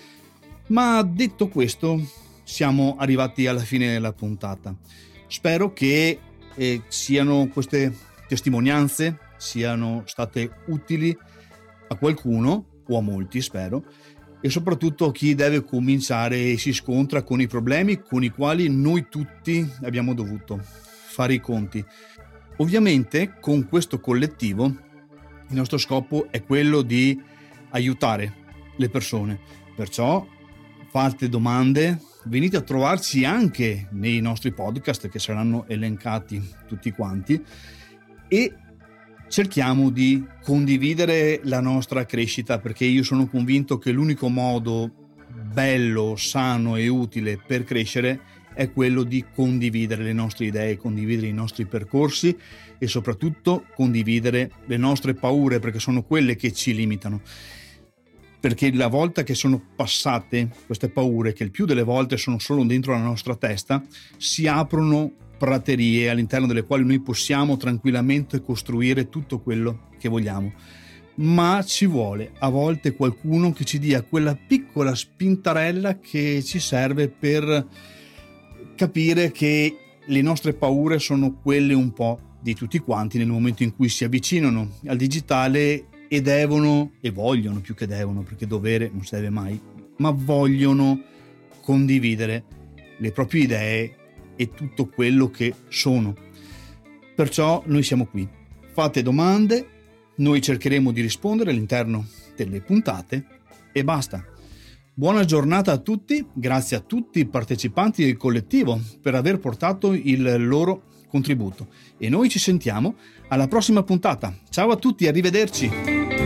Ma detto questo, siamo arrivati alla fine della puntata. Spero che eh, siano queste testimonianze siano state utili a qualcuno, o a molti spero, e soprattutto a chi deve cominciare e si scontra con i problemi con i quali noi tutti abbiamo dovuto fare i conti. Ovviamente con questo collettivo il nostro scopo è quello di aiutare le persone, perciò fate domande, venite a trovarci anche nei nostri podcast che saranno elencati tutti quanti, e cerchiamo di condividere la nostra crescita, perché io sono convinto che l'unico modo bello, sano e utile per crescere è quello di condividere le nostre idee, condividere i nostri percorsi e soprattutto condividere le nostre paure, perché sono quelle che ci limitano. Perché la volta che sono passate queste paure, che il più delle volte sono solo dentro la nostra testa, si aprono praterie all'interno delle quali noi possiamo tranquillamente costruire tutto quello che vogliamo. Ma ci vuole a volte qualcuno che ci dia quella piccola spintarella che ci serve per capire che le nostre paure sono quelle un po' di tutti quanti nel momento in cui si avvicinano al digitale e devono, e vogliono più che devono, perché dovere non si deve mai, ma vogliono condividere le proprie idee e tutto quello che sono. Perciò noi siamo qui. Fate domande, noi cercheremo di rispondere all'interno delle puntate e basta. Buona giornata a tutti, grazie a tutti i partecipanti del collettivo per aver portato il loro contributo, e noi ci sentiamo alla prossima puntata. Ciao a tutti, arrivederci.